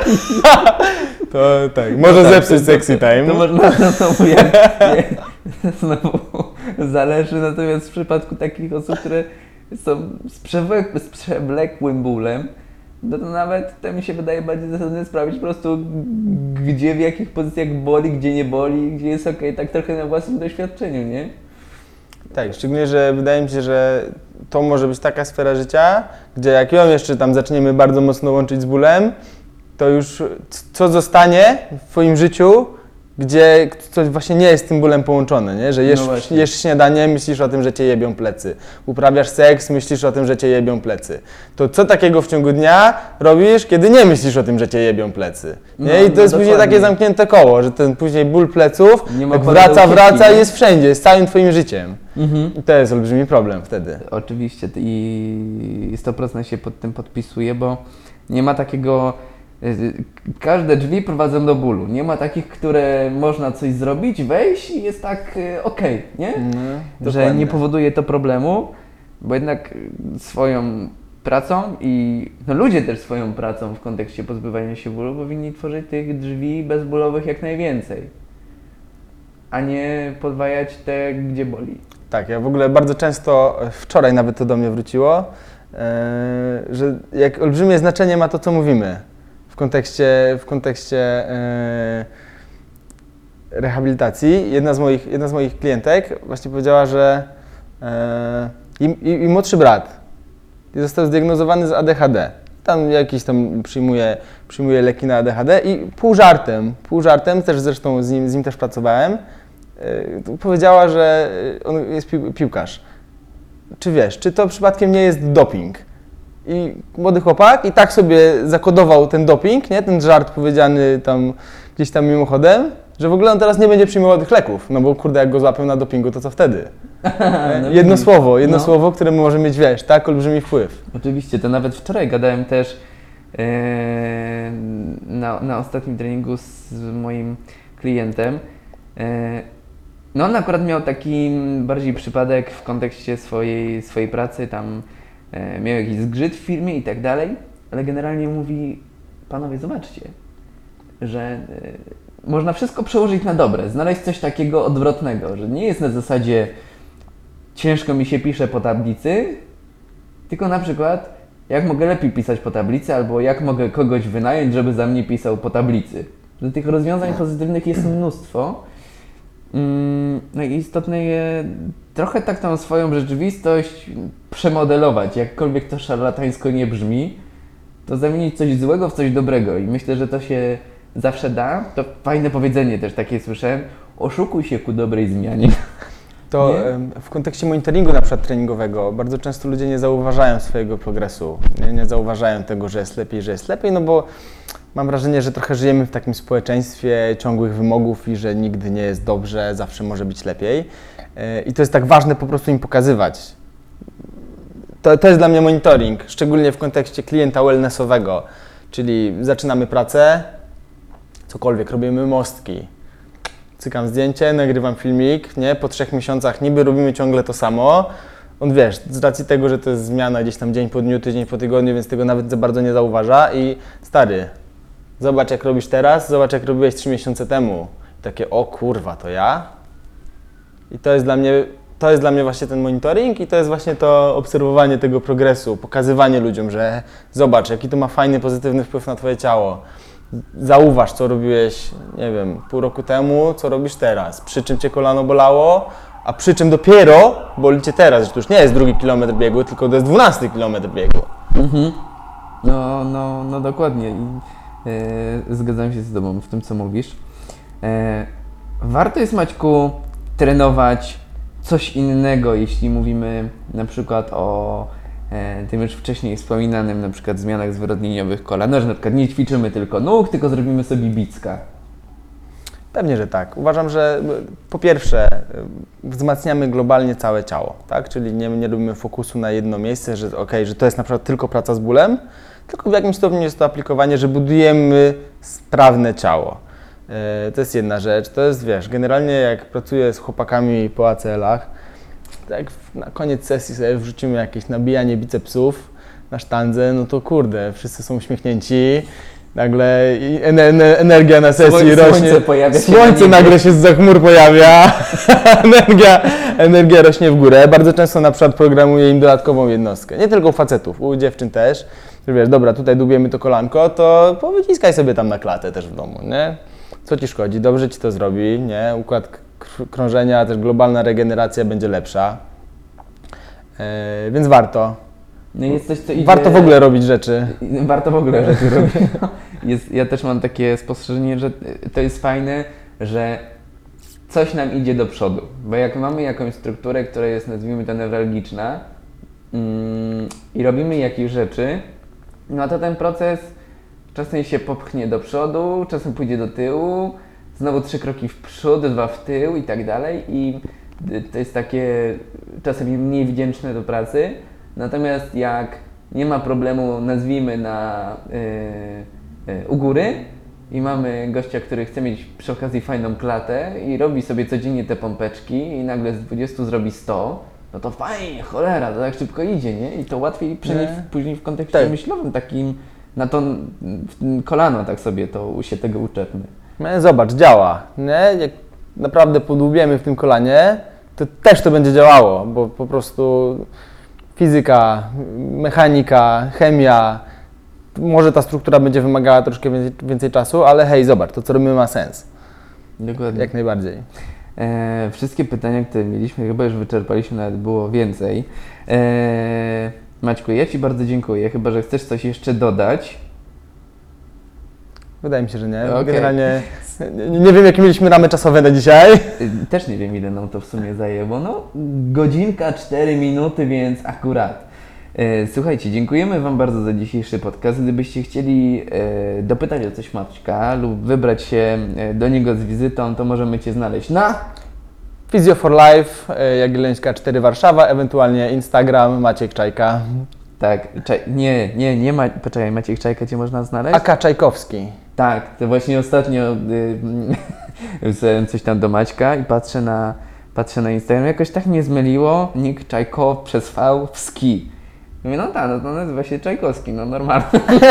Speaker 2: To tak, może
Speaker 1: tak,
Speaker 2: zepsuć
Speaker 1: to-
Speaker 2: sexy time.
Speaker 1: To można znowu, jak, jak, znowu zależy, natomiast w przypadku takich osób, które są z, przewlek, z przewlekłym bólem, no to nawet to mi się wydaje bardziej zasadne sprawdzić po prostu, gdzie, w jakich pozycjach boli, gdzie nie boli, gdzie jest okej, tak trochę na własnym doświadczeniu, nie?
Speaker 2: Tak, szczególnie, że wydaje mi się, że to może być taka sfera życia, gdzie jak ją jeszcze tam zaczniemy bardzo mocno łączyć z bólem, to już co zostanie w twoim życiu, gdzie coś właśnie nie jest z tym bólem połączone, nie? Że jesz,
Speaker 1: No właśnie.
Speaker 2: jesz śniadanie, myślisz o tym, że cię jebią plecy. Uprawiasz seks, myślisz o tym, że cię jebią plecy. To co takiego w ciągu dnia robisz, kiedy nie myślisz o tym, że cię jebią plecy? Nie?
Speaker 1: No,
Speaker 2: I to
Speaker 1: no
Speaker 2: jest później
Speaker 1: dokładnie.
Speaker 2: takie zamknięte koło, że ten później ból pleców
Speaker 1: Nie ma
Speaker 2: jak
Speaker 1: pola
Speaker 2: wraca,
Speaker 1: do ucieczki,
Speaker 2: wraca
Speaker 1: nie?
Speaker 2: i jest wszędzie, jest całym twoim życiem.
Speaker 1: Mhm.
Speaker 2: I to jest olbrzymi problem wtedy.
Speaker 1: Oczywiście i sto procent się pod tym podpisuję, bo nie ma takiego, y, każde drzwi prowadzą do bólu. Nie ma takich, które można coś zrobić, wejść i jest tak y, okej, nie?
Speaker 2: No,
Speaker 1: Że nie powoduje to problemu, bo jednak y, swoją pracą i no ludzie też swoją pracą w kontekście pozbywania się bólu powinni tworzyć tych drzwi bezbólowych jak najwięcej, a nie podwajać te, gdzie boli.
Speaker 2: Tak, ja w ogóle bardzo często, wczoraj nawet to do mnie wróciło, e, że jak olbrzymie znaczenie ma to, co mówimy w kontekście, w kontekście e, rehabilitacji. Jedna z moich, jedna z moich klientek właśnie powiedziała, że e, i, i, i młodszy brat został zdiagnozowany z A D H D. Tam jakiś tam przyjmuje, przyjmuje leki na A D H D i pół żartem, pół żartem, też zresztą z nim, z nim też pracowałem, Yy, powiedziała, że on jest pił- piłkarz. Czy wiesz, czy to przypadkiem nie jest doping? I młody chłopak i tak sobie zakodował ten doping, nie? Ten żart powiedziany tam gdzieś tam mimochodem, że w ogóle on teraz nie będzie przyjmował tych leków, no bo kurde, jak go złapią na dopingu, to co wtedy?
Speaker 1: No
Speaker 2: jedno
Speaker 1: widzisz.
Speaker 2: słowo, jedno
Speaker 1: No.
Speaker 2: słowo, które może mieć, wiesz, tak olbrzymi wpływ.
Speaker 1: Oczywiście, to nawet wczoraj gadałem też e, na, na ostatnim treningu z moim klientem. E, no on akurat miał taki bardziej przypadek w kontekście swojej, swojej pracy, tam e, miał jakiś zgrzyt w firmie i tak dalej, ale generalnie mówi, panowie zobaczcie, że e, można wszystko przełożyć na dobre, znaleźć coś takiego odwrotnego, że nie jest na zasadzie ciężko mi się pisze po tablicy, tylko na przykład jak mogę lepiej pisać po tablicy, albo jak mogę kogoś wynająć, żeby za mnie pisał po tablicy. Że tych rozwiązań pozytywnych jest mnóstwo. Mm, No i istotne je trochę tak tą swoją rzeczywistość przemodelować, jakkolwiek to szarlatańsko nie brzmi, to zamienić coś złego w coś dobrego i myślę, że to się zawsze da. To fajne powiedzenie też takie słyszałem, oszukuj się ku dobrej zmianie.
Speaker 2: To
Speaker 1: Nie?
Speaker 2: em, w kontekście monitoringu na przykład treningowego bardzo często ludzie nie zauważają swojego progresu, nie, nie zauważają tego, że jest lepiej, że jest lepiej, no bo mam wrażenie, że trochę żyjemy w takim społeczeństwie ciągłych wymogów i że nigdy nie jest dobrze, zawsze może być lepiej. E, I to jest tak ważne po prostu im pokazywać. to, to jest dla mnie monitoring, szczególnie w kontekście klienta wellnessowego, czyli zaczynamy pracę, cokolwiek, robimy mostki, cykam zdjęcie, nagrywam filmik, nie? Po trzech miesiącach niby robimy ciągle to samo. On wiesz, z racji tego, że to jest zmiana gdzieś tam dzień po dniu, tydzień po tygodniu, więc tego nawet za bardzo nie zauważa i stary, zobacz jak robisz teraz, zobacz jak robiłeś trzy miesiące temu. I takie, o kurwa, to ja? I to jest dla mnie, to jest dla mnie właśnie ten monitoring i to jest właśnie to obserwowanie tego progresu, pokazywanie ludziom, że zobacz, jaki to ma fajny, pozytywny wpływ na twoje ciało. Zauważ, co robiłeś, nie wiem, pół roku temu, co robisz teraz, przy czym cię kolano bolało, a przy czym dopiero boli cię teraz, że to już nie jest drugi kilometr biegu, tylko to jest dwunasty kilometr biegu.
Speaker 1: Mhm. No, no, no dokładnie. I, e, zgadzam się z Tobą w tym, co mówisz. E, warto jest, Maćku, trenować coś innego, jeśli mówimy na przykład o e, tym już wcześniej wspominanym na przykład zmianach zwyrodnieniowych kolan, no, że na przykład nie ćwiczymy tylko nóg, tylko zrobimy sobie bicka.
Speaker 2: Pewnie, że tak. Uważam, że po pierwsze wzmacniamy globalnie całe ciało, tak? Czyli nie, nie robimy fokusu na jedno miejsce, że okej, że to jest na przykład tylko praca z bólem, tylko w jakimś stopniu jest to aplikowanie, że budujemy sprawne ciało. Yy, to jest jedna rzecz. To jest, wiesz, generalnie jak pracuję z chłopakami po A C L-ach, tak na koniec sesji sobie wrzucimy jakieś nabijanie bicepsów na sztandze, no to kurde, wszyscy są uśmiechnięci. Nagle energia na sesji
Speaker 1: Słońce
Speaker 2: rośnie,
Speaker 1: pojawia się
Speaker 2: słońce
Speaker 1: na
Speaker 2: nagle się zza chmur pojawia, energia, energia rośnie w górę. Bardzo często na przykład programuję im dodatkową jednostkę, nie tylko u facetów, u dziewczyn też, że wiesz, dobra, tutaj dubiemy to kolanko, to powyciskaj sobie tam na klatę też w domu, nie? Co ci szkodzi, dobrze ci to zrobi, nie? Układ krążenia, też globalna regeneracja będzie lepsza, yy, więc warto.
Speaker 1: No jest coś, co idzie...
Speaker 2: Warto w ogóle robić rzeczy.
Speaker 1: Warto w ogóle rzeczy robić. Jest, ja też mam takie spostrzeżenie, że to jest fajne, że coś nam idzie do przodu. Bo jak mamy jakąś strukturę, która jest, nazwijmy to, newralgiczna mm, i robimy jakieś rzeczy, no to ten proces czasem się popchnie do przodu, czasem pójdzie do tyłu, znowu trzy kroki w przód, dwa w tył i tak dalej. I to jest takie czasem mniej wdzięczne do pracy. Natomiast jak nie ma problemu, nazwijmy na yy, yy, u góry i mamy gościa, który chce mieć przy okazji fajną klatę i robi sobie codziennie te pompeczki i nagle z dwudziestu zrobi sto, no to fajnie, cholera, to tak szybko idzie, nie? I to łatwiej przenieść
Speaker 2: Nie.
Speaker 1: później w kontekście
Speaker 2: Tak.
Speaker 1: myślowym takim, na to w kolano tak sobie to się tego uczepmy.
Speaker 2: No, zobacz, działa, nie? Jak naprawdę podłubiemy w tym kolanie, to też to będzie działało, bo po prostu fizyka, mechanika, chemia, może ta struktura będzie wymagała troszkę więcej, więcej czasu, ale hej, zobacz, to co robimy ma sens.
Speaker 1: Dokładnie.
Speaker 2: Jak najbardziej.
Speaker 1: E, wszystkie pytania, które mieliśmy, chyba już wyczerpaliśmy, nawet było więcej. E, Maćku, ja Ci bardzo dziękuję, chyba że chcesz coś jeszcze dodać.
Speaker 2: Wydaje mi się, że nie.
Speaker 1: Okay.
Speaker 2: Generalnie nie, nie wiem, jakie mieliśmy ramy czasowe na dzisiaj.
Speaker 1: Też nie wiem, ile nam to w sumie zajęło. No, godzinka, cztery minuty, więc akurat. E, słuchajcie, dziękujemy Wam bardzo za dzisiejszy podcast. Gdybyście chcieli e, dopytać o coś Maćka lub wybrać się do niego z wizytą, to możemy Cię znaleźć na...
Speaker 2: Physio for Life, Jagiellońska cztery Warszawa, ewentualnie Instagram Maciek Czajka.
Speaker 1: Tak, czaj, nie, nie, nie ma, poczekaj, Maciek Czajka Cię można znaleźć?
Speaker 2: A K Czajkowski.
Speaker 1: Tak, to właśnie ostatnio y, wysłałem coś tam do Maćka i patrzę na, patrzę na Instagram, jakoś tak mnie zmyliło, nick Czajko przez V w ski. Mówię, no tak, no to nazywa się Czajkowski, no normalnie.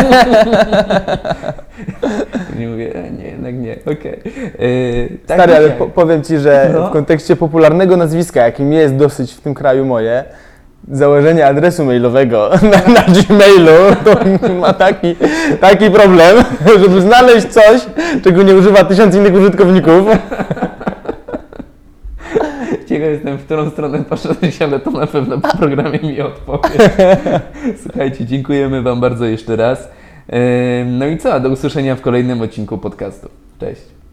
Speaker 1: I mówię, e, nie, jednak nie, okej. Okay. Tak.
Speaker 2: Stary, ale po, powiem Ci, że
Speaker 1: No.
Speaker 2: w kontekście popularnego nazwiska, jakim jest dosyć w tym kraju moje, założenie adresu mailowego na, na Gmailu to ma taki, taki problem, żeby znaleźć coś, czego nie używa tysiąc innych użytkowników.
Speaker 1: Ciekaw jestem, w którą stronę poszedłeś, ale to na pewno po programie mi odpowie. Słuchajcie, dziękujemy Wam bardzo jeszcze raz. Yy, No i co, do usłyszenia w kolejnym odcinku podcastu. Cześć.